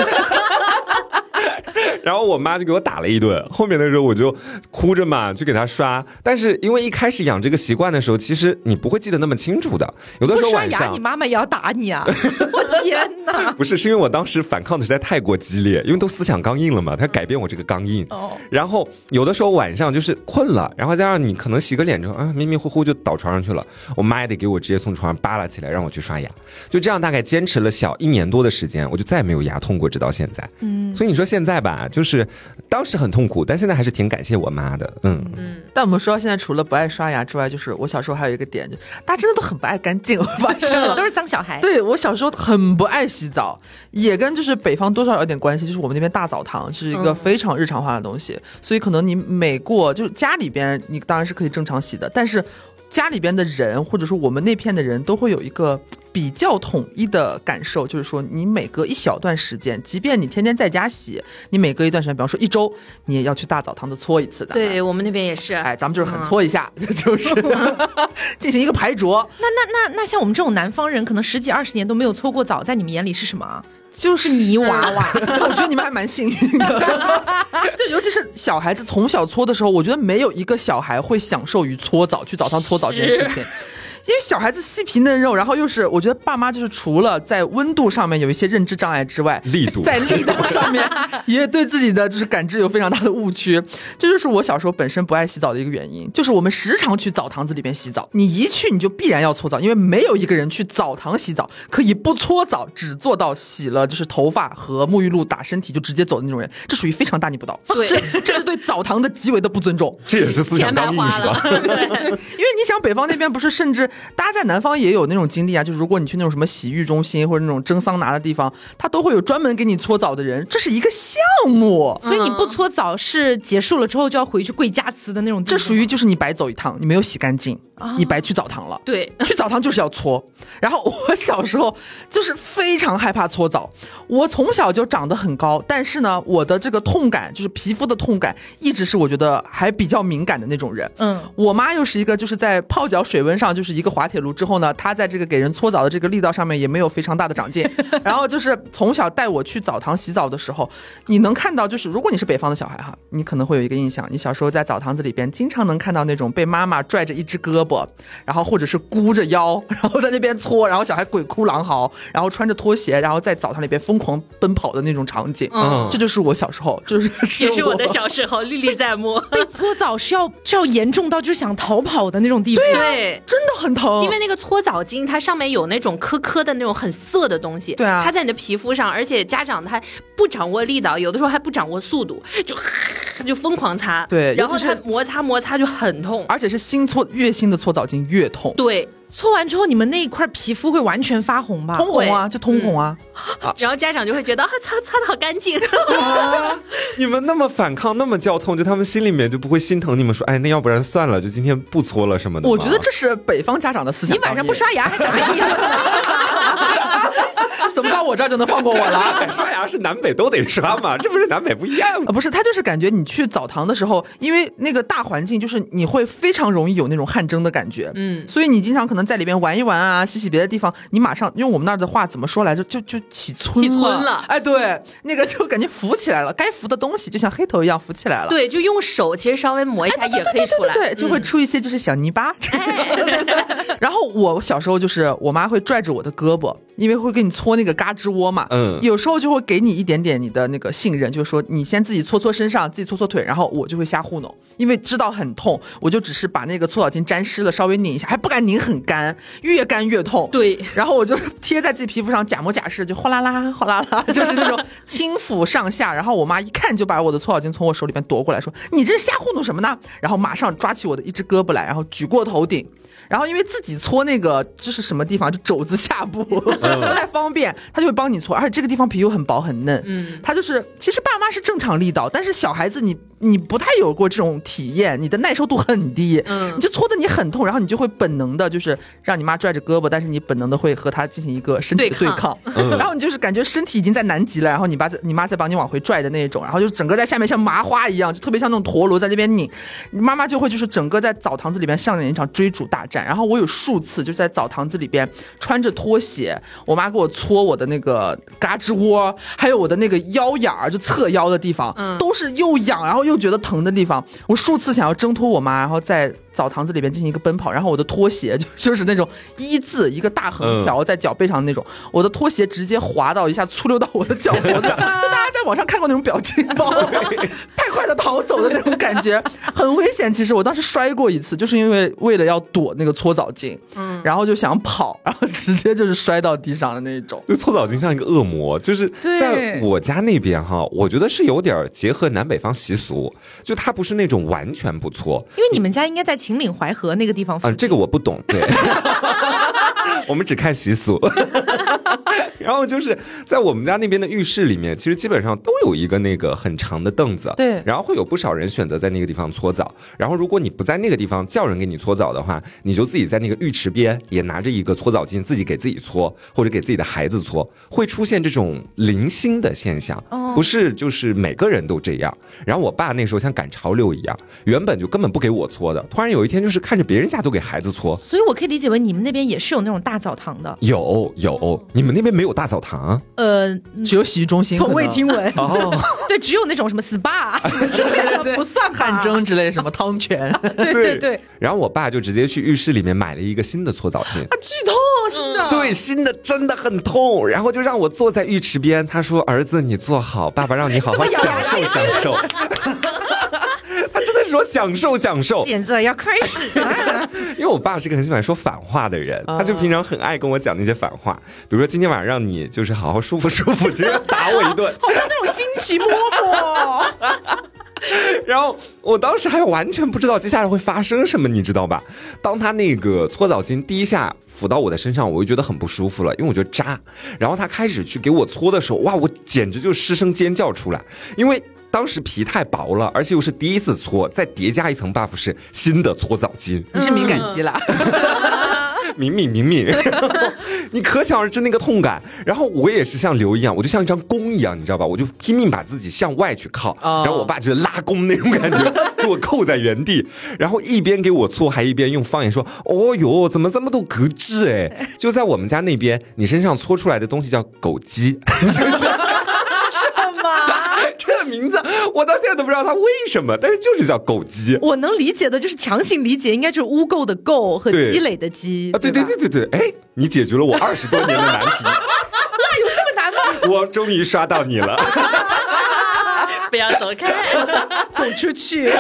然后我妈就给我打了一顿，后面的时候我就哭着嘛去给她刷。但是因为一开始养这个习惯的时候，其实你不会记得那么清楚的。有的时候晚上不刷牙，你妈妈也要打你啊！我天哪！ 不是，是因为我当时反抗的实在太过激烈，因为都思想刚硬了嘛，她改变我这个刚硬。然后有的时候晚上就是困了，然后加上你可能洗个脸之后啊，迷迷糊糊就倒床上去了，我妈也得给我直接从床上扒拉起来让我去刷牙。就这样大概坚持了小1年多的时间，我就再也没有牙痛过，直到现在。所以你说现在吧，就是当时很痛苦，但现在还是挺感谢我妈的。 但我们说到现在，除了不爱刷牙之外，就是我小时候还有一个点，就大家真的都很不爱干净，我发现了， 都是脏小孩。 对，我小时候很不爱洗澡，也跟就是北方多少有点关系，就是我们那边大澡堂是一个非常日常化的东西，所以可能你每过就是家里边你当然是可以正常洗的，但是家里边的人或者说我们那片的人都会有一个比较统一的感受，就是说你每隔一小段时间，即便你天天在家洗，你每隔一段时间，比方说1周，你也要去大澡堂子搓一次的。 对，我们那边也是。 咱们就是很搓一下，就是进行一个排浊。 那像我们这种南方人，可能10几20年都没有搓过澡，在你们眼里是什么？ 就是泥娃娃。 我觉得你们还蛮幸运的。对，尤其是小孩子从小搓的时候，我觉得没有一个小孩会享受于搓澡，去澡堂搓澡这件事情。因为小孩子细皮嫩肉，然后又是我觉得爸妈就是除了在温度上面有一些认知障碍之外，在力度上面也对自己的就是感知有非常大的误区。这就是我小时候本身不爱洗澡的一个原因，就是我们时常去澡堂子里边洗澡，你一去你就必然要搓澡，因为没有一个人去澡堂洗澡可以不搓澡，只做到洗了就是头发和沐浴露打身体就直接走的那种人，这属于非常大逆不道。 对， 这是对澡堂的极为的不尊重。 这也是思想刚硬是吧？ 因为你想北方那边不是甚至大家在南方也有那种经历啊，就是如果你去那种什么洗浴中心或者那种蒸桑拿的地方，它都会有专门给你搓澡的人，这是一个项目。 所以你不搓澡是结束了之后就要回去跪加词的那种， 这属于就是你白走一趟，你没有洗干净，你白去澡堂了。 对， 去澡堂就是要搓。然后我小时候就是非常害怕搓澡，我从小就长得很高，但是呢，我的这个痛感就是皮肤的痛感一直是我觉得还比较敏感的那种人。我妈又是一个就是在泡脚水温上就是一个滑铁卢之后呢，她在这个给人搓澡的这个力道上面也没有非常大的长进。然后就是从小带我去澡堂洗澡的时候，你能看到就是如果你是北方的小孩哈，你可能会有一个印象，你小时候在澡堂子里边经常能看到那种被妈妈拽着一只胳膊膊，然后或者是箍着腰，然后在那边搓，然后小孩鬼哭狼嚎，然后穿着拖鞋，然后在澡堂里边疯狂奔跑的那种场景。这就是我小时候， 也是我的小时候，历历在目。 被搓澡是要严重到就是想逃跑的那种地步。 对， 真的很疼。 因为那个搓澡巾它上面有那种颗颗的那种很涩的东西， 对啊， 它在你的皮肤上，而且家长他不掌握力道，有的时候还不掌握速度，就疯狂擦。 对， 然后它摩擦就很痛， 而且是越新的搓澡巾越痛。 对。 搓完之后，你们那一块皮肤会完全发红吧？ 通红啊，就通红啊。 然后家长就会觉得擦的好干净。 你们那么反抗，那么叫痛，就他们心里面就不会心疼你们说，哎，那要不然算了，就今天不搓了什么的。 我觉得这是北方家长的思想。 你晚上不刷牙还打你？ 怎么到我这儿就能放过我了？ 刷牙是南北都得刷嘛，这不是南北不一样吗？ 不是，他就是感觉你去澡堂的时候，因为那个大环境，就是你会非常容易有那种汗蒸的感觉，所以你经常可能在里边玩一玩啊，洗别的地方，你马上用我们那儿的话怎么说来着，就起皴了。哎，对，那个就感觉浮起来了，该浮的东西就像黑头一样浮起来了。 对，就用手其实稍微磨一下也可以出来， 对，就会出一些就是小泥巴。然后我小时候就是我妈会拽着我的胳膊，因为会给你搓那个嘎吱窝嘛，有时候就会给你一点点你的那个信任，就是说你先自己搓搓身上，自己搓搓腿，然后我就会瞎糊弄，因为知道很痛，我就只是把那个搓澡巾沾湿了，稍微拧一下，还不敢拧很干，越干越痛。 对， 然后我就贴在自己皮肤上，假模假式就哗啦啦哗啦啦，就是那种轻抚上下。然后我妈一看就把我的搓澡巾从我手里边夺过来，说你这是瞎糊弄什么呢？然后马上抓起我的一只胳膊来，然后举过头顶。然后因为自己搓那个这是什么地方，就肘子下部不太方便，他就会帮你搓，而且这个地方皮又很薄很嫩，他就是其实爸妈是正常力道，但是小孩子你不太有过这种体验，你的耐受度很低，你就搓的你很痛，然后你就会本能的就是让你妈拽着胳膊，但是你本能的会和他进行一个身体的对抗，然后你就是感觉身体已经在南极了，然后你妈再帮你往回拽的那种，然后就整个在下面像麻花一样，就特别像那种陀螺在那边拧，你妈妈就会就是整个在澡堂子里边上演一场追逐大战。然后我有数次就在澡堂子里边穿着拖鞋，我妈给我搓我的那个嘎吱窝，还有我的那个腰眼儿，就侧腰的地方，都是又痒然后又觉得疼的地方。我数次想要挣脱我妈，然后在澡堂子里边进行一个奔跑，然后我的拖鞋就是那种一字一个大横条在脚背上的那种，我的拖鞋直接滑到一下粗溜到我的脚脖子上，就大家在网上看过那种表情包，太快的逃走的那种感觉，很危险。其实我当时摔过一次，就是因为了要躲那个搓澡巾，然后就想跑，然后直接就是摔到地上的那种。 就搓澡巾像一个恶魔，就是在我家那边哈，我觉得是有点结合南北方习俗，就它不是那种完全不搓， 因为你们家应该在秦岭淮河那个地方。 这个我不懂，对。我们只看习俗。然后就是在我们家那边的浴室里面，其实基本上都有一个那个很长的凳子， 对， 然后会有不少人选择在那个地方搓澡。然后如果你不在那个地方叫人给你搓澡的话，你就自己在那个浴池边也拿着一个搓澡巾，自己给自己搓，或者给自己的孩子搓，会出现这种零星的现象，不是就是每个人都这样。然后我爸那时候像赶潮流一样，原本就根本不给我搓的，突然有一天就是看着别人家都给孩子搓， 所以我可以理解为你们那边也是有那种大澡堂的。 有，你们那边没有大澡堂？ 只有洗浴中心， 从未听闻。 哦， 对，只有那种什么 SPA 之类的，不算汗蒸之类的什么汤泉。 对。 然后我爸就直接去浴室里面买了一个新的搓澡巾， 巨痛，新的。 对，新的真的很痛。然后就让我坐在浴池边，他说：“儿子，你坐好，爸爸让你好好享受。”他真的是说享受。 现在要开始了。 因为我爸是个很喜欢说反话的人，他就平常很爱跟我讲那些反话，比如说今天晚上让你就是好好舒服，其实打我一顿， 好像那种惊奇嬷嬷。 然后我当时还完全不知道接下来会发生什么，你知道吧？当他那个搓澡巾第一下抚到我的身上，我就觉得很不舒服了，因为我觉得扎。然后他开始去给我搓的时候，哇，我简直就失声尖叫出来，因为当时皮太薄了，而且又是第一次搓，再叠加一层 buff 是新的搓澡巾， 你是敏感肌了。 敏，你可想而知那个痛感。然后我也是像刘一样，我就像一张弓一样，你知道吧？我就拼命把自己向外去靠，然后我爸就是拉弓那种感觉，给我扣在原地，然后一边给我搓，还一边用方言说：“哦哟，怎么这么多格质哎？”就在我们家那边，你身上搓出来的东西叫狗鸡，就是什么？真个名字我到现在都不知道它为什么，但是就是叫狗鸡。 我能理解的就是强行理解，应该就是污垢的垢和积累的积啊。对，哎，你解决了我20多年的难题。 那有这么难吗？ 我终于刷到你了。 不要走开， 滚出去。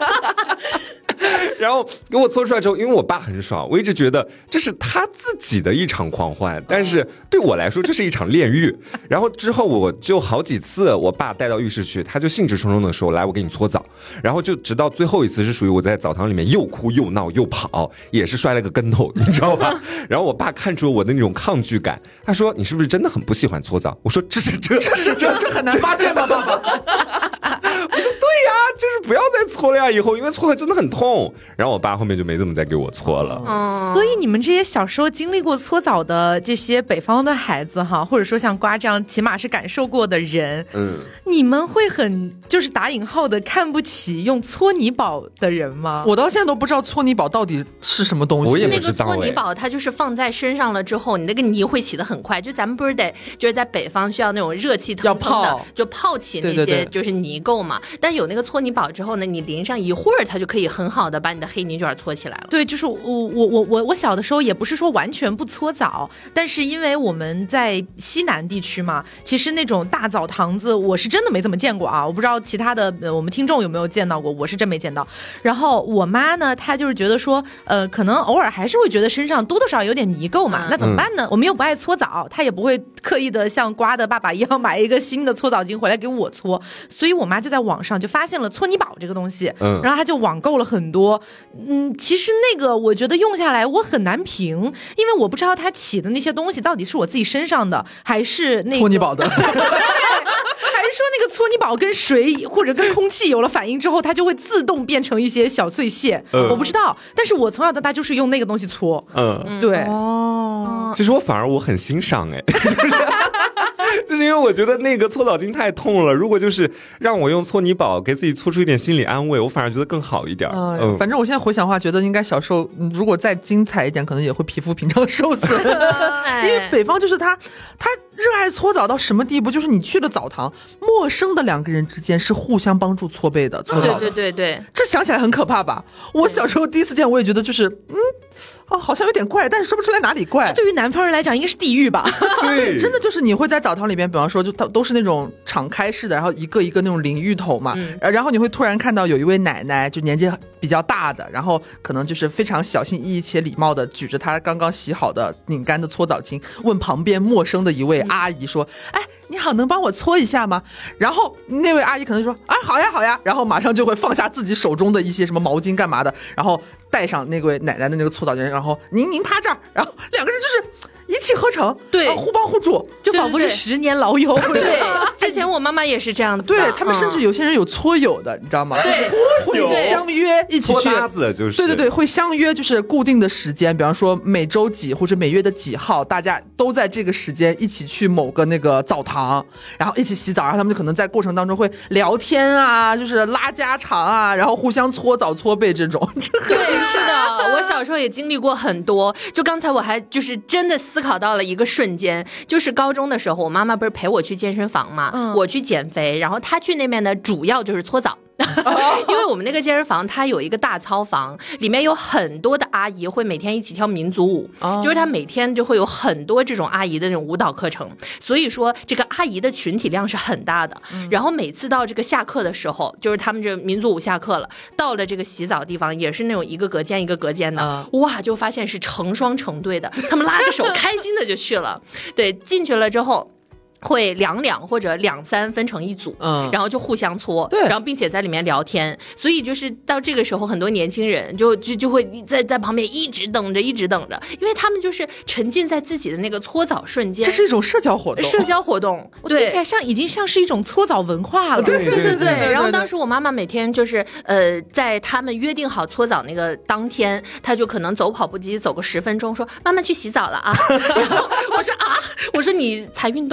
然后给我搓出来之后，因为我爸很爽，我一直觉得这是他自己的一场狂欢，但是对我来说这是一场炼狱。然后之后我就好几次我爸带到浴室去，他就兴致冲冲的说来我给你搓澡，然后就直到最后一次是属于我在澡堂里面又哭又闹又跑，也是摔了个跟头，你知道吧？然后我爸看出了我的那种抗拒感，他说你是不是真的很不喜欢搓澡？我说这很难发现吧，爸爸。 我说对呀，就是不要再搓了呀，以后因为搓了真的很痛。然后我爸后面就没怎么再给我搓了。 所以你们这些小时候经历过搓澡的这些北方的孩子哈，或者说像瓜这样起码是感受过的人，你们会很就是打引号的看不起用搓泥宝的人吗？ 我到现在都不知道搓泥宝到底是什么东西。 我也不知道。 那个搓泥宝它就是放在身上了之后，你那个泥会起得很快。就咱们不是得就是在北方需要那种热气腾腾的，就泡起那些就是泥垢嘛。但有那个搓泥宝之后呢，你淋上一会儿，它就可以很好的把你的黑泥卷搓起来了。 对，就是我小的时候也不是说完全不搓澡，但是因为我们在西南地区嘛，其实那种大澡堂子我是真的没怎么见过啊，我不知道其他的我们听众有没有见到过，我是真没见到。然后我妈呢，她就是觉得说可能偶尔还是会觉得身上多多少少有点泥垢嘛，那怎么办呢？我们又不爱搓澡，她也不会刻意的像瓜的爸爸一样买一个新的搓澡巾回来给我搓，所以我妈就在网上就发现了搓泥宝这个东西，然后她就网购了很多。其实那个我觉得用下来我很难评，因为我不知道它起的那些东西到底是我自己身上的还是那个搓泥宝的。 还是说那个搓泥宝跟水或者跟空气有了反应之后，它就会自动变成一些小碎屑，我不知道。但是我从小到大就是用那个东西搓，对。 其实我很欣赏哎，就是因为我觉得那个搓澡巾太痛了，如果就是让我用搓泥宝给自己搓出一点心理安慰，我反而觉得更好一点。 反正我现在回想的话，觉得应该小时候如果再精彩一点，可能也会皮肤屏障受损。因为北方就是他热爱搓澡到什么地步，就是你去了澡堂，陌生的2个人之间是互相帮助搓背的，搓澡的。 对， 这想起来很可怕吧？我小时候第一次见，我也觉得就是好像有点怪，但是说不出来哪里怪。 这对于南方人来讲应该是地狱吧？ 对， 真的就是你会在澡堂里边，比方说就都是那种敞开式的，然后一个一个那种淋浴头嘛，然后你会突然看到有一位奶奶，就年纪比较大的，然后可能就是非常小心翼翼且礼貌的举着她刚刚洗好的拧干的搓澡巾，问旁边陌生的一位阿姨说：“哎，你好，能帮我搓一下吗？”然后那位阿姨可能说：“啊，好呀，好呀。”然后马上就会放下自己手中的一些什么毛巾干嘛的，然后带上那位奶奶的那个搓澡巾，然后您趴这儿，然后2个人就是一气呵成， 对， 互帮互助， 就仿佛是10年老友。 对，之前我妈妈也是这样子的。 对，他们甚至有些人有搓友的，你知道吗？ 对， 会相约一起去。 搓搭子就是。 对，会相约就是固定的时间，比方说每周几或者每月的几号，大家都在这个时间一起去某个那个澡堂，然后一起洗澡，然后他们就可能在过程当中会聊天啊，就是拉家常啊，然后互相搓澡搓背这种。 对，是的，我小时候也经历过很多。就刚才我还就是真的思考到了一个瞬间，就是高中的时候，我妈妈不是陪我去健身房嘛，我去减肥，然后她去那边呢，主要就是搓澡。因为我们那个健身房它有一个大操房，里面有很多的阿姨会每天一起跳民族舞，就是她每天就会有很多这种阿姨的那种舞蹈课程，所以说这个阿姨的群体量是很大的。然后每次到这个下课的时候，就是他们这民族舞下课了，到了这个洗澡地方也是那种一个隔间一个隔间的，哇，就发现是成双成对的，他们拉着手开心的就去了。对，进去了之后会2-2或者2-3分成一组，然后就互相搓，然后并且在里面聊天，所以就是到这个时候，很多年轻人就会在旁边一直等着，因为他们就是沉浸在自己的那个搓澡瞬间， 这是一种社交活动， 对，听起来已经像是一种搓澡文化了。 对。然后当时我妈妈每天就是在他们约定好搓澡那个当天，她就可能走跑步机走个10分钟，说妈妈去洗澡了啊，然后我说你才运动了10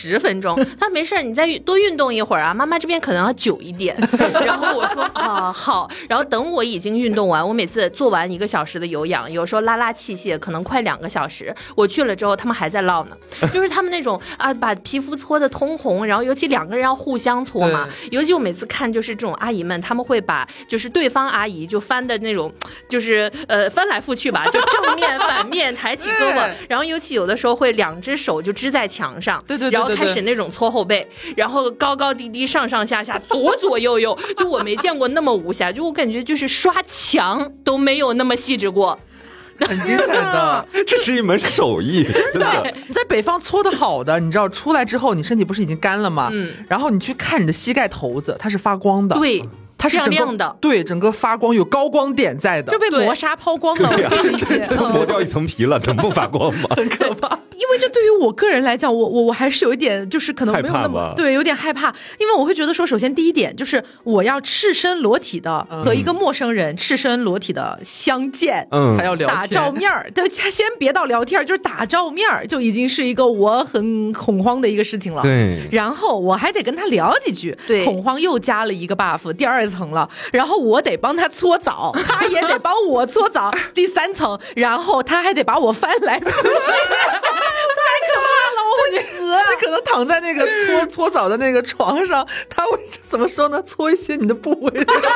10分钟。他没事，你再多运动一会儿啊，妈妈这边可能要久一点。然后我说啊好，然后等我已经运动完，我每次做完1个小时的有氧，有时候拉器械，可能快2个小时，我去了之后，他们还在唠呢，就是他们那种啊，把皮肤搓得通红，然后尤其2个人要互相搓嘛，尤其我每次看就是这种阿姨们，他们会把就是对方阿姨就翻的那种，就是翻来覆去吧，就正面反面抬起胳膊，然后尤其有的时候会2只手就支在墙上， 对， 然后开始那种搓后背，然后高高低低上上下下左左右右，就我没见过那么无瑕，就我感觉就是刷墙都没有那么细致过。 很精彩的， 这是一门手艺，真的。 在北方搓的好的，你知道出来之后，你身体不是已经干了吗？然后你去看你的膝盖头子，它是发光的， 对， 它是亮亮的， 对，整个发光，有高光点在的， 就被磨砂抛光了， 磨掉一层皮了，能不发光吗？ 很可怕。 因为这对于我个人来讲，我还是有一点，就是可能没有那么对，有点害怕，因为我会觉得说，首先第一点就是我要赤身裸体的和一个陌生人赤身裸体的相见， 还要聊天打照面儿，对，先别到聊天，就是打照面儿就已经是一个我很恐慌的一个事情了。 对， 然后我还得跟他聊几句， 对， 恐慌又加了一个 buff， 第2层了。然后我得帮他搓澡，他也得帮我搓澡，第3层，然后他还得把我翻来覆去。太可怕了，我会死！ 你可能躺在那个搓澡的那个床上，他会怎么说呢？搓一些你的部位。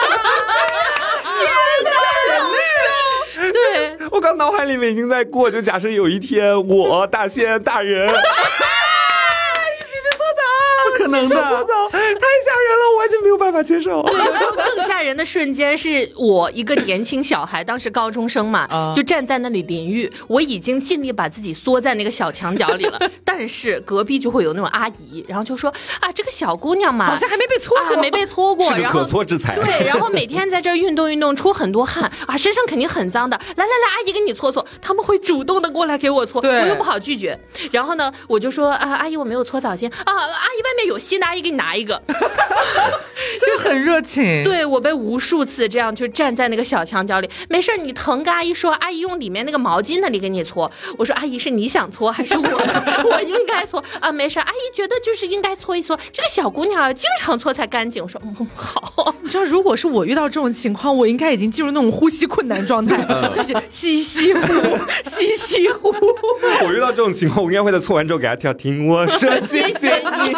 对， 我刚脑海里面已经在过，就假设有一天我大仙大人。 不可能的， 太吓人了，我完全没有办法接受。 对，有时候更吓人的瞬间是我一个年轻小孩，当时高中生嘛，就站在那里淋浴，我已经尽力把自己缩在那个小墙角里了，但是隔壁就会有那种阿姨，然后就说啊，这个小姑娘嘛， 好像还没被搓过， 没被搓过， 是个可搓之才。 对，然后每天在这儿运动，出很多汗啊，身上肯定很脏的。来，阿姨给你搓搓，他们会主动的过来给我搓，我又不好拒绝。然后呢，我就说啊，阿姨我没有搓澡巾啊，阿姨外面有新的，阿姨给你拿一个。 就很热情。 对，我被无数次这样就站在那个小墙角里，没事你疼跟阿姨说，阿姨用里面那个毛巾那里给你搓。我说阿姨是你想搓还是我应该搓啊？没事，阿姨觉得就是应该搓一搓，这个小姑娘经常搓才干净。我说好。 你知道，如果是我遇到这种情况，我应该已经进入那种呼吸困难状态，就是吸呼。 我遇到这种情况，我应该会在搓完之后给他跳听我说谢谢你。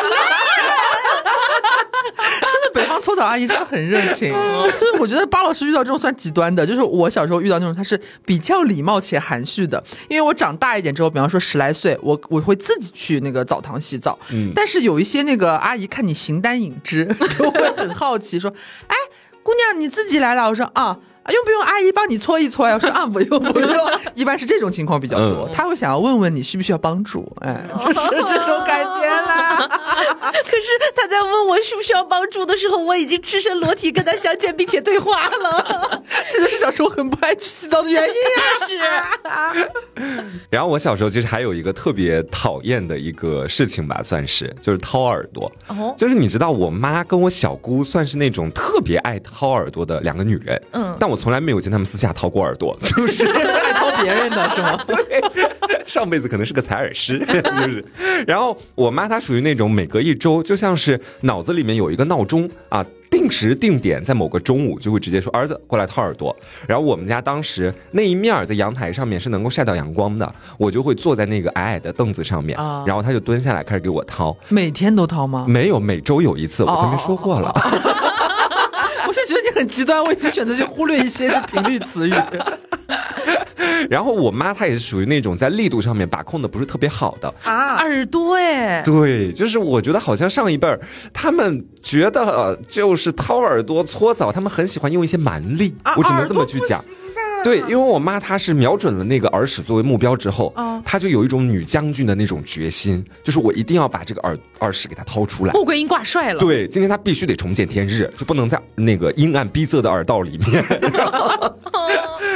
真的，北方搓澡阿姨真的很热情。就是我觉得巴老师遇到这种算极端的，就是我小时候遇到那种，他是比较礼貌且含蓄的。因为我长大一点之后，比方说10来岁，我会自己去那个澡堂洗澡。但是有一些那个阿姨看你形单影只，就会很好奇说：“哎，姑娘你自己来了？”我说：“啊。”用不用阿姨帮你搓一搓呀？我说啊，不用。一般是这种情况比较多，他会想要问问你需不需要帮助，就是这种感觉啦。 可是他在问我需不需要帮助的时候，我已经赤身裸体跟他相见并且对话了。 这就是小时候很不爱去洗澡的原因啊！是。 然后我小时候其实还有一个特别讨厌的一个事情吧，算是就是掏耳朵。就是你知道，我妈跟我小姑算是那种特别爱掏耳朵的2个女人。但我从来没有见他们私下掏过耳朵，就是爱掏别人的是吗？ 对，上辈子可能是个采耳师，就是。然后我妈她属于那种每隔1周，就像是脑子里面有一个闹钟啊，定时定点，在某个中午就会直接说儿子过来掏耳朵。然后我们家当时那一面在阳台上面是能够晒到阳光的，我就会坐在那个矮矮的凳子上面，然后他就蹲下来开始给我掏。 每天都掏吗？ 没有，每周有一次，我前面说过了。 我现在觉得你很极端，我已经选择去忽略一些频率词语。 然后我妈她也是属于那种在力度上面把控的不是特别好的啊，耳朵哎， 对，就是我觉得好像上一辈儿他们觉得就是掏耳朵搓澡，他们很喜欢用一些蛮力，我只能这么去讲。对，因为我妈她是瞄准了那个耳屎作为目标之后，她就有一种女将军的那种决心，就是我一定要把这个耳屎给她掏出来。 穆桂英挂帅了。 对，今天她必须得重见天日，就不能在那个阴暗逼仄的耳道里面。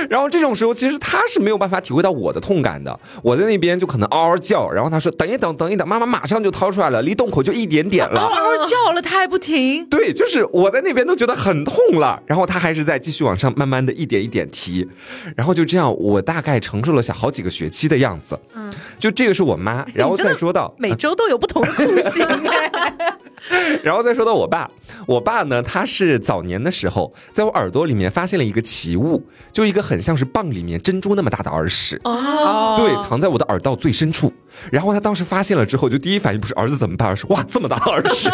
然后这种时候其实他是没有办法体会到我的痛感的，我在那边就可能嗷嗷叫，然后他说等一等，妈妈马上就掏出来了，离洞口就一点点了， 嗷嗷叫了他还不停。 对，就是我在那边都觉得很痛了，然后他还是在继续往上慢慢的一点一点提，然后就这样我大概承受了好几个学期的样子。就这个是我妈，然后再说到每周都有不同的酷刑然后再说到我爸呢，他是早年的时候在我耳朵里面发现了一个奇物，就一个很像是蚌里面珍珠那么大的耳屎。对，藏在我的耳道最深处。然后他当时发现了之后，就第一反应不是儿子怎么办，而是哇这么大的耳屎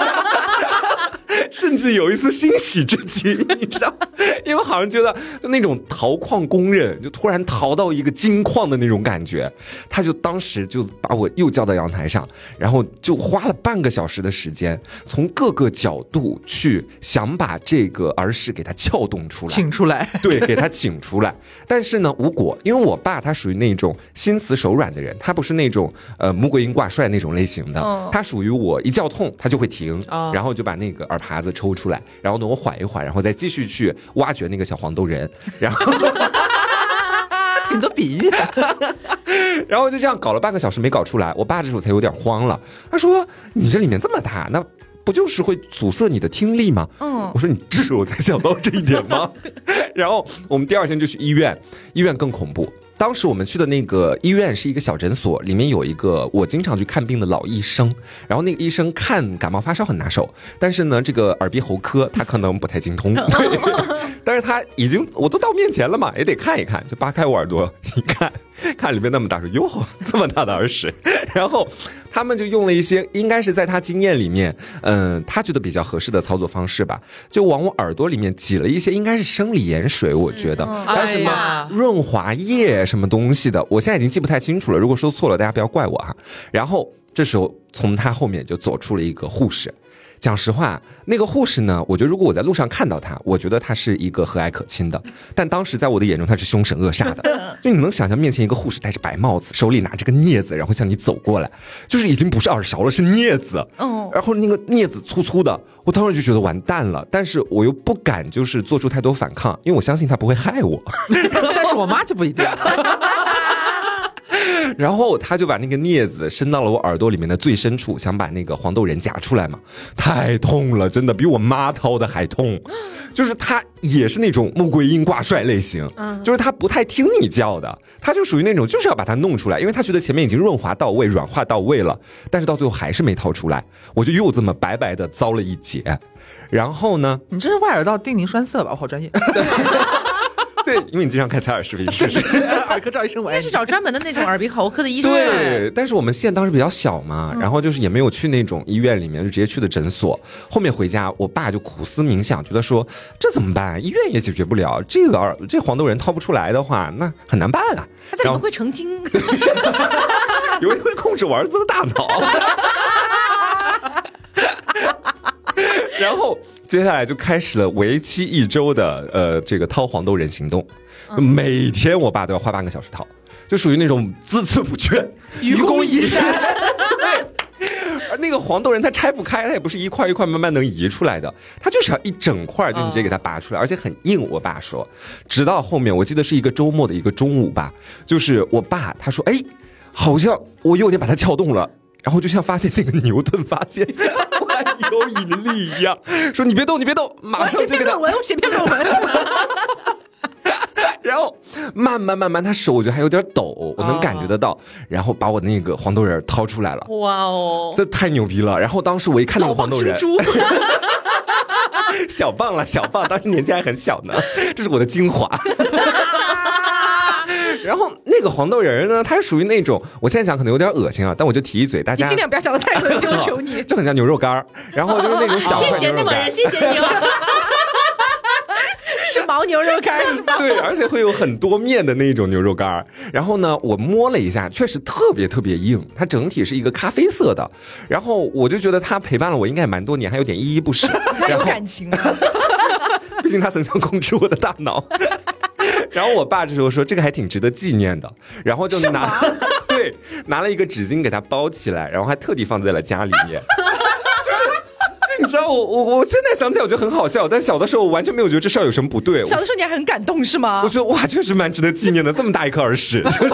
甚至有一丝欣喜之情，你知道，因为好像觉得就那种淘矿工人就突然淘到一个金矿的那种感觉，他就当时就把我又叫到阳台上，然后就花了半个小时的时间，从各个角度去想把这个耳屎给它撬动出来， 请出来， 对，给它请出来。但是呢，无果，因为我爸他属于那种心慈手软的人，他不是那种穆桂英挂帅那种类型的，他属于我一叫痛他就会停，然后就把那个耳耙子抽出来，然后呢我缓一缓，然后再继续去挖掘那个小黄豆仁，然后挺多比喻的然后就这样搞了半个小时没搞出来，我爸这时候才有点慌了，他说你这里面这么大，那不就是会阻塞你的听力吗？我说你这时候才想到这一点吗？然后我们第二天就去医院，医院更恐怖。当时我们去的那个医院是一个小诊所，里面有一个我经常去看病的老医生，然后那个医生看感冒发烧很拿手，但是呢这个耳鼻喉科他可能不太精通，对，但是他已经我都到面前了嘛，也得看一看，就扒开我耳朵一看，看里面那么大，说哟这么大的耳屎，然后他们就用了一些应该是在他经验里面他觉得比较合适的操作方式吧，就往我耳朵里面挤了一些应该是生理盐水，我觉得还有什么润滑液什么东西的，我现在已经记不太清楚了，如果说错了大家不要怪我哈。然后这时候从他后面就走出了一个护士，讲实话那个护士呢，我觉得如果我在路上看到他，我觉得他是一个和蔼可亲的，但当时在我的眼中他是凶神恶煞的就你能想象面前一个护士戴着白帽子，手里拿着个镊子，然后向你走过来，就是已经不是耳勺了，是镊子，然后那个镊子粗粗的，我当时就觉得完蛋了，但是我又不敢就是做出太多反抗，因为我相信他不会害我但是我妈就不一定然后他就把那个镊子伸到了我耳朵里面的最深处，想把那个黄豆仁夹出来嘛，太痛了，真的比我妈掏的还痛。就是他也是那种穆桂英挂帅类型，就是他不太听你叫的，他就属于那种就是要把它弄出来，因为他觉得前面已经润滑到位软化到位了，但是到最后还是没掏出来，我就又这么白白的遭了一劫。然后呢， 你这是外耳道定宁栓塞吧，我好专业对，因为你经常看采耳视频，是耳科赵医生，我应该去找专门的那种耳鼻喉科的医生。 对，但是我们县当时比较小嘛，然后就是也没有去那种医院里面，就直接去的诊所。后面回家，我爸就苦思冥想，觉得说这怎么办？医院也解决不了，这黄豆仁掏不出来的话，那很难办啊。 他在里面会成精， 以为会控制我儿子的大脑。然后接下来就开始了为期1周的这个掏黄豆仁行动，每天我爸都要花半个小时掏，就属于那种孜孜不倦， 愚公移山。 对，而那个黄豆仁它拆不开，它也不是一块一块慢慢能移出来的，它就是要一整块就你直接给它拔出来，而且很硬。我爸说，直到后面我记得是一个周末的一个中午吧，就是我爸他说，哎，好像我有点把它撬动了，然后就像发现那个牛顿发现有引力一样，说你别动，你别动，马上就给他。 我写篇论文。 然后慢慢，他手就还有点抖，我能感觉得到。然后把我那个黄豆仁掏出来了， 哇哦， 这太牛逼了！然后当时我一看那个黄豆仁，小棒了，小棒，当时年纪还很小呢，这是我的精华。然后那个黄豆仁呢，它是属于那种，我现在讲可能有点恶心啊，但我就提一嘴，大家你尽量不要讲得太恶心，我求你。 就很像牛肉干，然后就是那种小块牛肉干。谢谢那帮人， 谢谢你了。 是牦牛肉干吗？ 对，而且会有很多面的那种牛肉干。然后呢，我摸了一下，确实特别特别硬，它整体是一个咖啡色的。然后我就觉得它陪伴了我应该蛮多年，还有点依依不舍。 它有感情啊， 毕竟它曾想控制我的大脑。然后我爸这时候说这个还挺值得纪念的，然后就拿了一个纸巾给它包起来，然后还特地放在了家里面。就是你知道我现在想起来我觉得很好笑，但小的时候我完全没有觉得这事儿有什么不对。 小的时候你还很感动是吗？ 我觉得哇，确实蛮值得纪念的，这么大一颗耳屎，就是。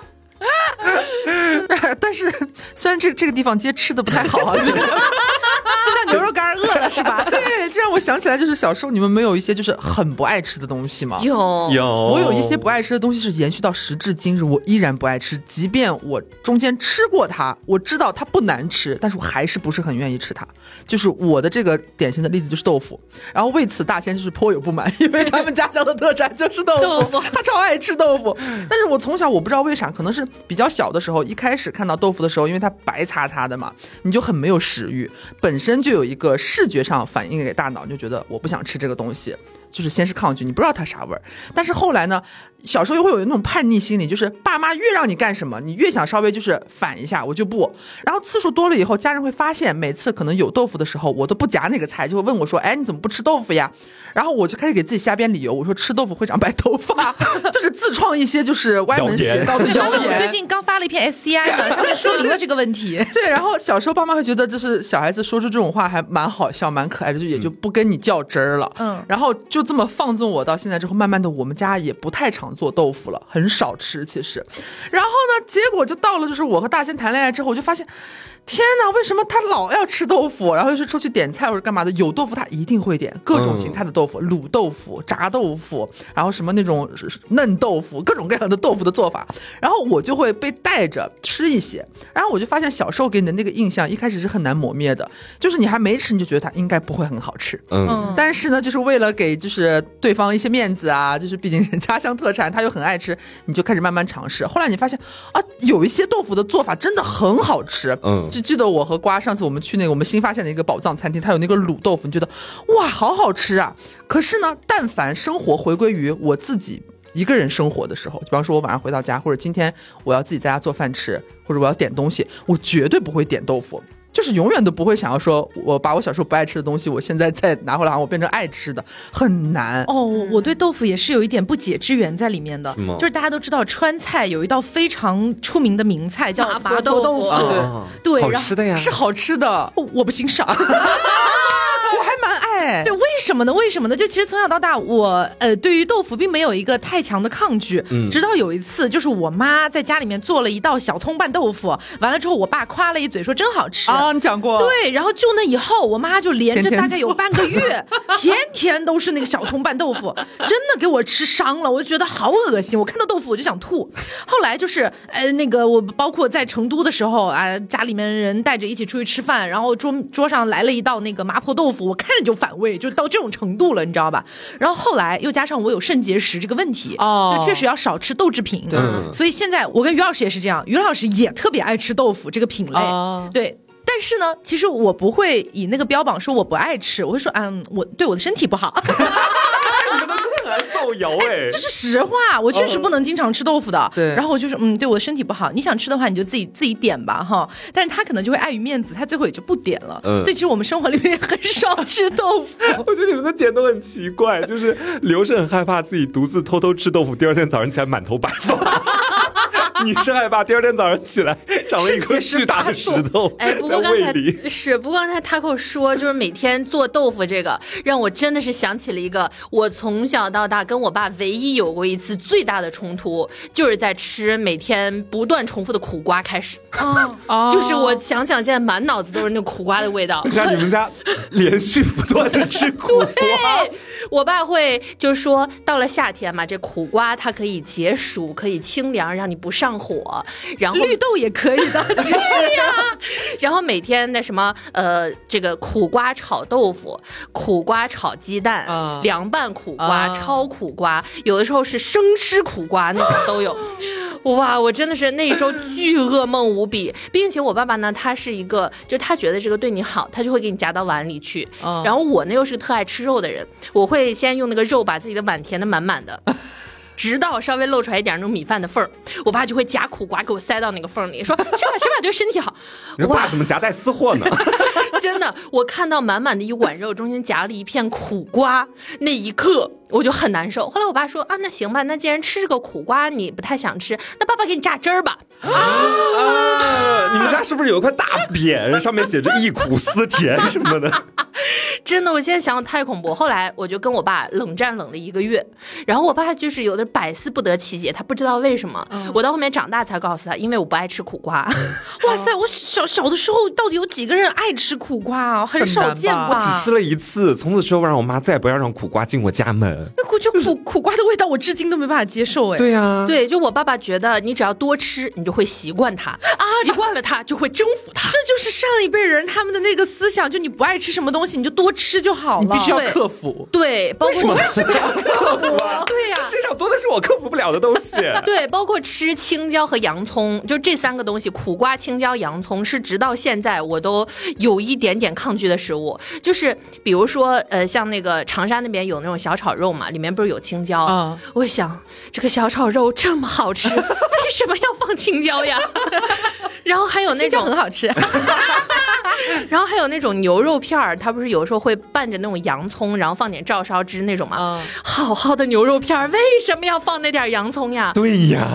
但是虽然这个地方接吃的不太好啊。 牛肉干饿了是吧？ 对，这让我想起来，就是小时候你们没有一些就是很不爱吃的东西吗？ 有， 我有一些不爱吃的东西是延续到时至今日，我依然不爱吃，即便我中间吃过它，我知道它不难吃，但是我还是不是很愿意吃它。就是我的这个典型的例子就是豆腐，然后为此大仙就是颇有不满，因为他们家乡的特产就是豆腐，他超爱吃豆腐。但是我从小我不知道为啥，可能是比较小的时候，一开始看到豆腐的时候，因为它白擦擦的嘛，你就很没有食欲，本身就有一个视觉上反映给大脑，就觉得我不想吃这个东西，就是先是抗拒，你不知道它啥味儿。但是后来呢，小时候又会有那种叛逆心理，就是爸妈越让你干什么，你越想稍微就是反一下，我就不。然后次数多了以后，家人会发现每次可能有豆腐的时候，我都不夹那个菜，就会问我说：“哎，你怎么不吃豆腐呀？”然后我就开始给自己瞎编理由，我说吃豆腐会长白头发，就是自创一些就是歪门邪道的谣言。 我最近刚发了一篇 SCI 的，上面说明了这个问题。 对，然后小时候爸妈会觉得就是小孩子说出这种话还蛮好笑、蛮可爱的，就也就不跟你较真儿了。然后就这么放纵我到现在之后，慢慢的我们家也不太常做豆腐了，很少吃其实。然后呢，结果就到了就是我和大仙谈恋爱之后，我就发现。天哪，为什么他老要吃豆腐？然后又是出去点菜或者干嘛的，有豆腐他一定会点各种形态的豆腐，卤豆腐、炸豆腐，然后什么那种嫩豆腐，各种各样的豆腐的做法。然后我就会被带着吃一些，然后我就发现小时候给你的那个印象一开始是很难磨灭的，就是你还没吃你就觉得它应该不会很好吃。但是呢，就是为了给就是对方一些面子啊，就是毕竟人家乡特产，他又很爱吃，你就开始慢慢尝试。后来你发现啊，有一些豆腐的做法真的很好吃。就记得我和瓜上次我们去那个我们新发现的一个宝藏餐厅，它有那个卤豆腐，你觉得哇好好吃啊！可是呢，但凡生活回归于我自己一个人生活的时候，比方说我晚上回到家，或者今天我要自己在家做饭吃，或者我要点东西，我绝对不会点豆腐。就是永远都不会想要说我把我小时候不爱吃的东西我现在再拿回来我变成爱吃的，很难。 我对豆腐也是有一点不解之缘在里面的。就是大家都知道川菜有一道非常出名的名菜叫麻婆豆腐。对， 好吃的呀， 是好吃的， 我不欣赏。 我还蛮爱。 对，为什么呢？就其实从小到大我对于豆腐并没有一个太强的抗拒。直到有一次就是我妈在家里面做了一道小葱拌豆腐，完了之后我爸夸了一嘴说真好吃啊，你讲过。 对，然后就那以后我妈就连着大概有半个月天天都是那个小葱拌豆腐，真的给我吃伤了，我就觉得好恶心，我看到豆腐我就想吐。后来就是那个我包括在成都的时候啊，家里面人带着一起出去吃饭，然后桌上来了一道那个麻婆豆腐，我看着就反胃，就到这种程度了，你知道吧？然后后来又加上我有肾结石这个问题，就确实要少吃豆制品。所以现在我跟于老师也是这样，于老师也特别爱吃豆腐这个品类。对。但是呢，其实我不会以那个标榜说我不爱吃，我会说我对我的身体不好。 你们都真的来造谣这是实话，我确实不能经常吃豆腐的。 对， 然后我就说对我的身体不好，你想吃的话你就自己点吧哈。但是他可能就会碍于面子，他最后也就不点了。所以其实我们生活里面也很少吃豆腐。 我觉得你们的点都很奇怪，就是刘是很害怕自己独自偷偷吃豆腐，第二天早上起来满头白发。你是害怕第二天早上起来长了一颗巨大的石头在胃里。 不过刚才Taco说就是每天做豆腐这个，让我真的是想起了一个我从小到大跟我爸唯一有过一次最大的冲突，就是在吃每天不断重复的苦瓜开始。就是我想现在满脑子都是那个苦瓜的味道。 让你们家连续不断的吃苦瓜。 我爸会就说到了夏天嘛，这苦瓜它可以解暑，可以清凉，让你不上火。然后绿豆也可以的，其实然后每天的什么这个苦瓜炒豆腐、苦瓜炒鸡蛋、凉拌苦瓜、焯苦瓜，有的时候是生吃苦瓜那种都有。哇，我真的是那一周巨噩梦无比，并且我爸爸呢，他是一个，就他觉得这个对你好，他就会给你夹到碗里去。然后我呢又是个特爱吃肉的人，我会先用那个肉把自己的碗填得满满的。直到稍微露出来一点那种米饭的缝儿，我爸就会夹苦瓜给我塞到那个缝里，说吃吧吃吧，对身体好。 你爸怎么夹带私货呢？ 真的，我看到满满的一碗肉中间夹了一片苦瓜，那一刻我就很难受。后来我爸说啊，那行吧，那既然吃这个苦瓜你不太想吃，那爸爸给你榨汁儿吧。 你们家是不是有一块大匾，上面写着忆苦思甜什么的？ 真的，我现在想想太恐怖。后来我就跟我爸冷战冷了1个月，然后我爸就是有的百思不得其解，他不知道为什么。我到后面长大才告诉他，因为我不爱吃苦瓜。 哇塞，我小的时候到底有几个人爱吃苦瓜啊？很少见吧？ 我只吃了1次，从此之后让我妈再也不要让苦瓜进我家门。 那我觉得苦瓜的味道我至今都没办法接受。 对呀， 对，就我爸爸觉得你只要多吃，你就会习惯它啊，习惯了它就会征服它。 这就是上一辈人他们的那个思想，就你不爱吃什么东西，你就多吃就好了。 你必须要克服。 对，包括为什么要克服啊？ 对呀， 世上多的是我克服不了的东西。 对，包括吃青椒和洋葱，就这3个东西，苦瓜、青椒、洋葱，是直到现在我都有一点点抗拒的食物。就是比如说，像那个长沙那边有那种小炒肉嘛，里面不是有青椒？我想这个小炒肉这么好吃，为什么要放青椒呀？然后还有那种很好吃。 然后还有那种牛肉片儿，它不是有时候会拌着那种洋葱，然后放点照烧汁那种吗？好好的牛肉片儿，为什么要放那点洋葱呀？ 对呀，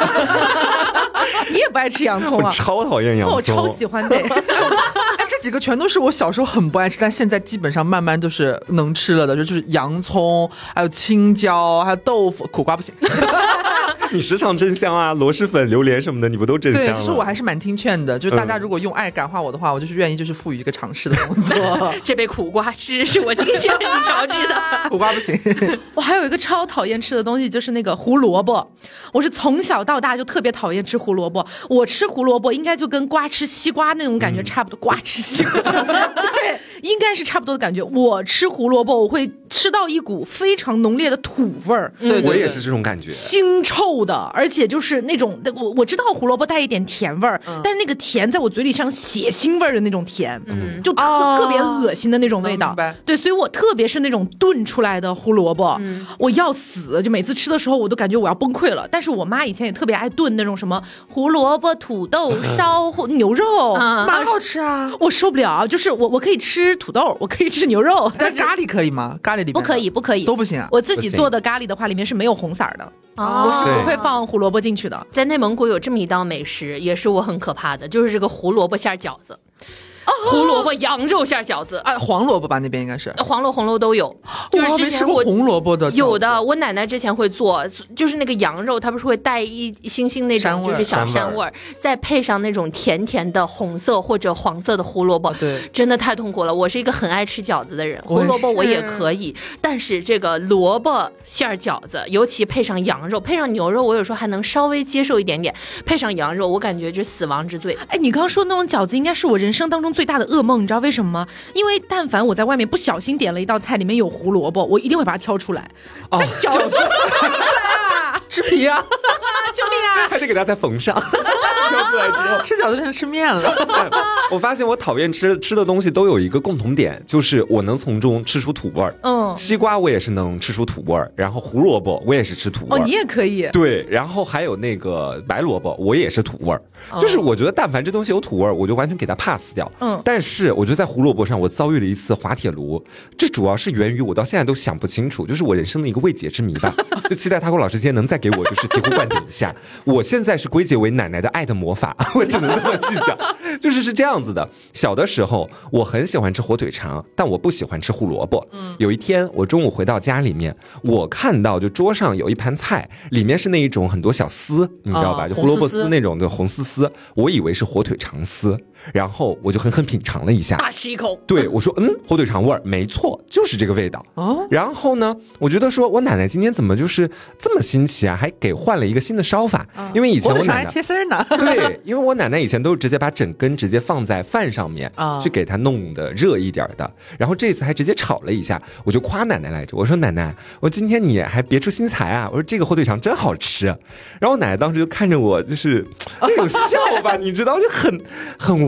你也不爱吃洋葱啊？ 我超讨厌洋葱， 我超喜欢的。 这几个全都是我小时候很不爱吃，但现在基本上慢慢都是能吃了的，就是洋葱，还有青椒，还有豆腐，苦瓜不行。 你时常真香啊，螺蛳粉、榴莲什么的，你不都真香了？ 对，就是我还是蛮听劝的，就是大家如果用爱感化我的话，我就是愿意就是赋予一个尝试的工作。 这杯苦瓜汁是我精心为你调制的， 苦瓜不行。 我还有一个超讨厌吃的东西，就是那个胡萝卜。我是从小到大就特别讨厌吃胡萝卜。我吃胡萝卜应该就跟瓜吃西瓜那种感觉差不多，瓜吃西瓜，对，应该是差不多的感觉。我吃胡萝卜，我会吃到一股非常浓烈的土味儿。 对，我也是这种感觉， 腥臭的，而且就是那种我知道胡萝卜带一点甜味儿，但是那个甜在我嘴里像血腥味儿的那种甜，就特别恶心的那种味道。对，所以我特别是那种炖出来的胡萝卜，我要死，就每次吃的时候我都感觉我要崩溃了。但是我妈以前也特别爱炖那种什么胡萝卜土豆烧牛肉， 蛮好吃啊。 我受不了，就是我可以吃土豆，我可以吃牛肉， 但咖喱可以吗？咖喱里面不可以，不可以， 都不行啊。 我自己做的咖喱的话，里面是没有红色的。我是不会放胡萝卜进去的。 在内蒙古有这么一道美食，也是我很可怕的，就是这个胡萝卜馅饺子。胡萝卜羊肉馅饺子啊，黄萝卜吧，那边应该是黄萝红萝都有。就是我没吃过红萝卜的， 有的，我奶奶之前会做，就是那个羊肉，它不是会带一星星那种，就是小膻味儿，再配上那种甜甜的红色或者黄色的胡萝卜， 对， 真的太痛苦了。我是一个很爱吃饺子的人，胡萝卜我也可以，但是这个萝卜馅饺子，尤其配上羊肉，配上牛肉，我有时候还能稍微接受一点点，配上羊肉，我感觉这死亡之最。 哎，你刚刚说那种饺子，应该是我人生当中最大的噩梦，你知道为什么吗？因为但凡我在外面不小心点了一道菜，里面有胡萝卜，我一定会把它挑出来。 哦， 饺子吃皮啊！ 救命啊！ 还得给它再缝上。挑出来之后， 吃饺子变成吃面了。 我发现我讨厌吃的东西都有一个共同点，就是我能从中吃出土味儿。西瓜我也是能吃出土味儿，然后胡萝卜我也是吃土味儿。 哦，你也可以。 对，然后还有那个白萝卜，我也是土味儿。就是我觉得但凡这东西有土味儿，我就完全给它 pass 掉。但是我觉得在胡萝卜上，我遭遇了一次滑铁卢，这主要是源于我到现在都想不清楚，就是我人生的一个未解之谜吧。就期待Taco老师今天能再给我就是醍醐灌顶一下。我现在是归结为奶奶的爱的魔法，我只能这么去讲，就是这样子的。小的时候我很喜欢吃火腿肠，但我不喜欢吃胡萝卜。有一天我中午回到家里面，我看到就桌上有一盘菜，里面是那一种很多小丝，你知道吧？就胡萝卜丝那种的红丝丝，我以为是火腿肠丝。然后我就狠狠品尝了一下， 大吃一口。 对，我说火腿肠味儿没错，就是这个味道。然后呢，我觉得说我奶奶今天怎么就是这么新奇啊，还给换了一个新的烧法。因为以前我奶奶切丝呢， 对，因为我奶奶以前都是直接把整根直接放在饭上面去给它弄得热一点的。然后这次还直接炒了一下，我就夸奶奶来着，我说奶奶，我今天你还别出心裁啊，我说这个火腿肠真好吃。然后我奶奶当时就看着我，就是那种笑吧，你知道，就很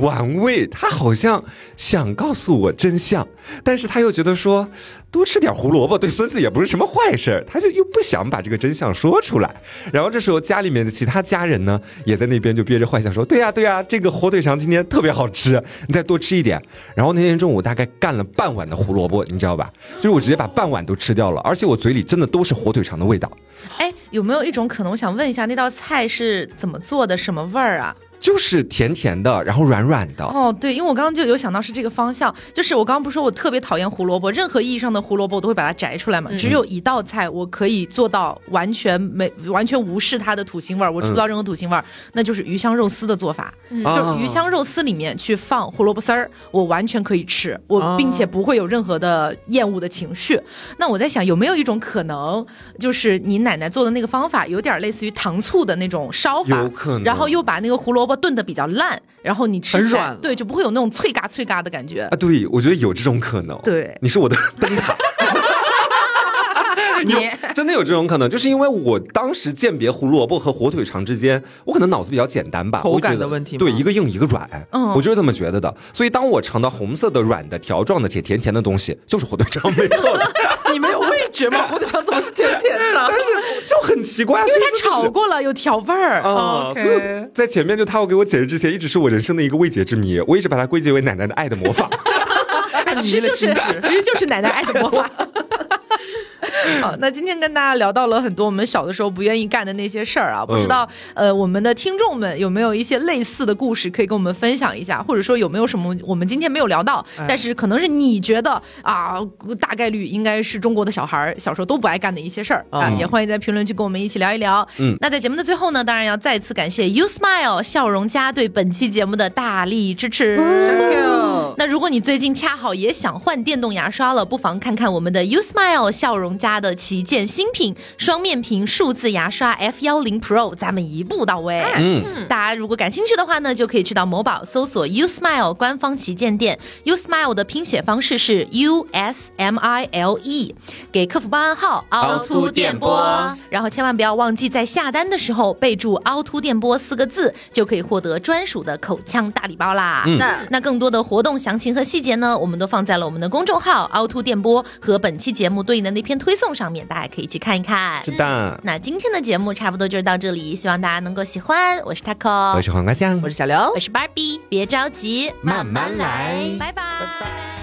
玩味，他好像想告诉我真相，但是他又觉得说多吃点胡萝卜对孙子也不是什么坏事，他就又不想把这个真相说出来。然后这时候家里面的其他家人呢，也在那边就憋着幻想说，对呀对呀，这个火腿肠今天特别好吃，你再多吃一点。然后那天中午大概干了半碗的胡萝卜，你知道吧，就是我直接把半碗都吃掉了，而且我嘴里真的都是火腿肠的味道。 哎，有没有一种可能，我想问一下，那道菜是怎么做的，什么味儿啊？ 就是甜甜的，然后软软的。 哦，对，因为我刚刚就有想到是这个方向，就是我刚刚不是说我特别讨厌胡萝卜，任何意义上的胡萝卜我都会把它摘出来嘛。只有一道菜我可以做到完全无视它的土腥味儿，我吃不到任何土腥味儿，那就是鱼香肉丝的做法。就鱼香肉丝里面去放胡萝卜丝儿，我完全可以吃，我并且不会有任何的厌恶的情绪。那我在想，有没有一种可能，就是你奶奶做的那个方法有点类似于糖醋的那种烧法， 有可能， 然后又把那个胡萝卜炖得比较烂，然后你吃起来对就不会有那种脆嘎脆嘎的感觉啊。 对，我觉得有这种可能。 对， 你是我的灯塔。 你真的有这种可能，就是因为我当时鉴别胡萝卜和火腿肠之间，我可能脑子比较简单吧， 口感的问题吗？ 对，一个硬一个软，我就是这么觉得的。所以当我尝到红色的软的条状的且甜甜的东西，就是火腿肠，没错的。 你没有味觉吗？火腿肠怎么是甜甜的？ 但是就很奇怪， 因为它炒过了有调味儿啊。所以在前面就他要给我解释之前，一直是我人生的一个未解之谜，我一直把它归结为奶奶的爱的魔法。 其实就是奶奶爱的魔法。好，那今天跟大家聊到了很多我们小的时候不愿意干的那些事儿啊，不知道我们的听众们有没有一些类似的故事可以跟我们分享一下，或者说有没有什么我们今天没有聊到，但是可能是你觉得啊大概率应该是中国的小孩小时候都不爱干的一些事儿啊，也欢迎在评论区跟我们一起聊一聊。那在节目的最后呢，当然要再次感谢 You Smile 笑容家对本期节目的大力支持。那如果你最近恰好也想换电动牙刷了，不妨看看我们的 You Smile 笑容家的旗舰新品双面屏数字牙刷 F10 Pro， 咱们一步到位。大家如果感兴趣的话呢，就可以去到某宝搜索 You Smile 官方旗舰店。You Smile 的拼写方式是 USMILE， 给客服报暗号凹凸电波，然后千万不要忘记在下单的时候备注凹凸电波4个字，就可以获得专属的口腔大礼包啦。那更多的活动详情和细节呢，我们都放在了我们的公众号凹凸电波和本期节目对应的那篇推送上面，大家可以去看一看。 是的， 那今天的节目差不多就是到这里，希望大家能够喜欢。我是 Taco， 我是黄瓜酱， 我是小刘， 我是 Barbie， 别着急， 慢慢来， 拜拜。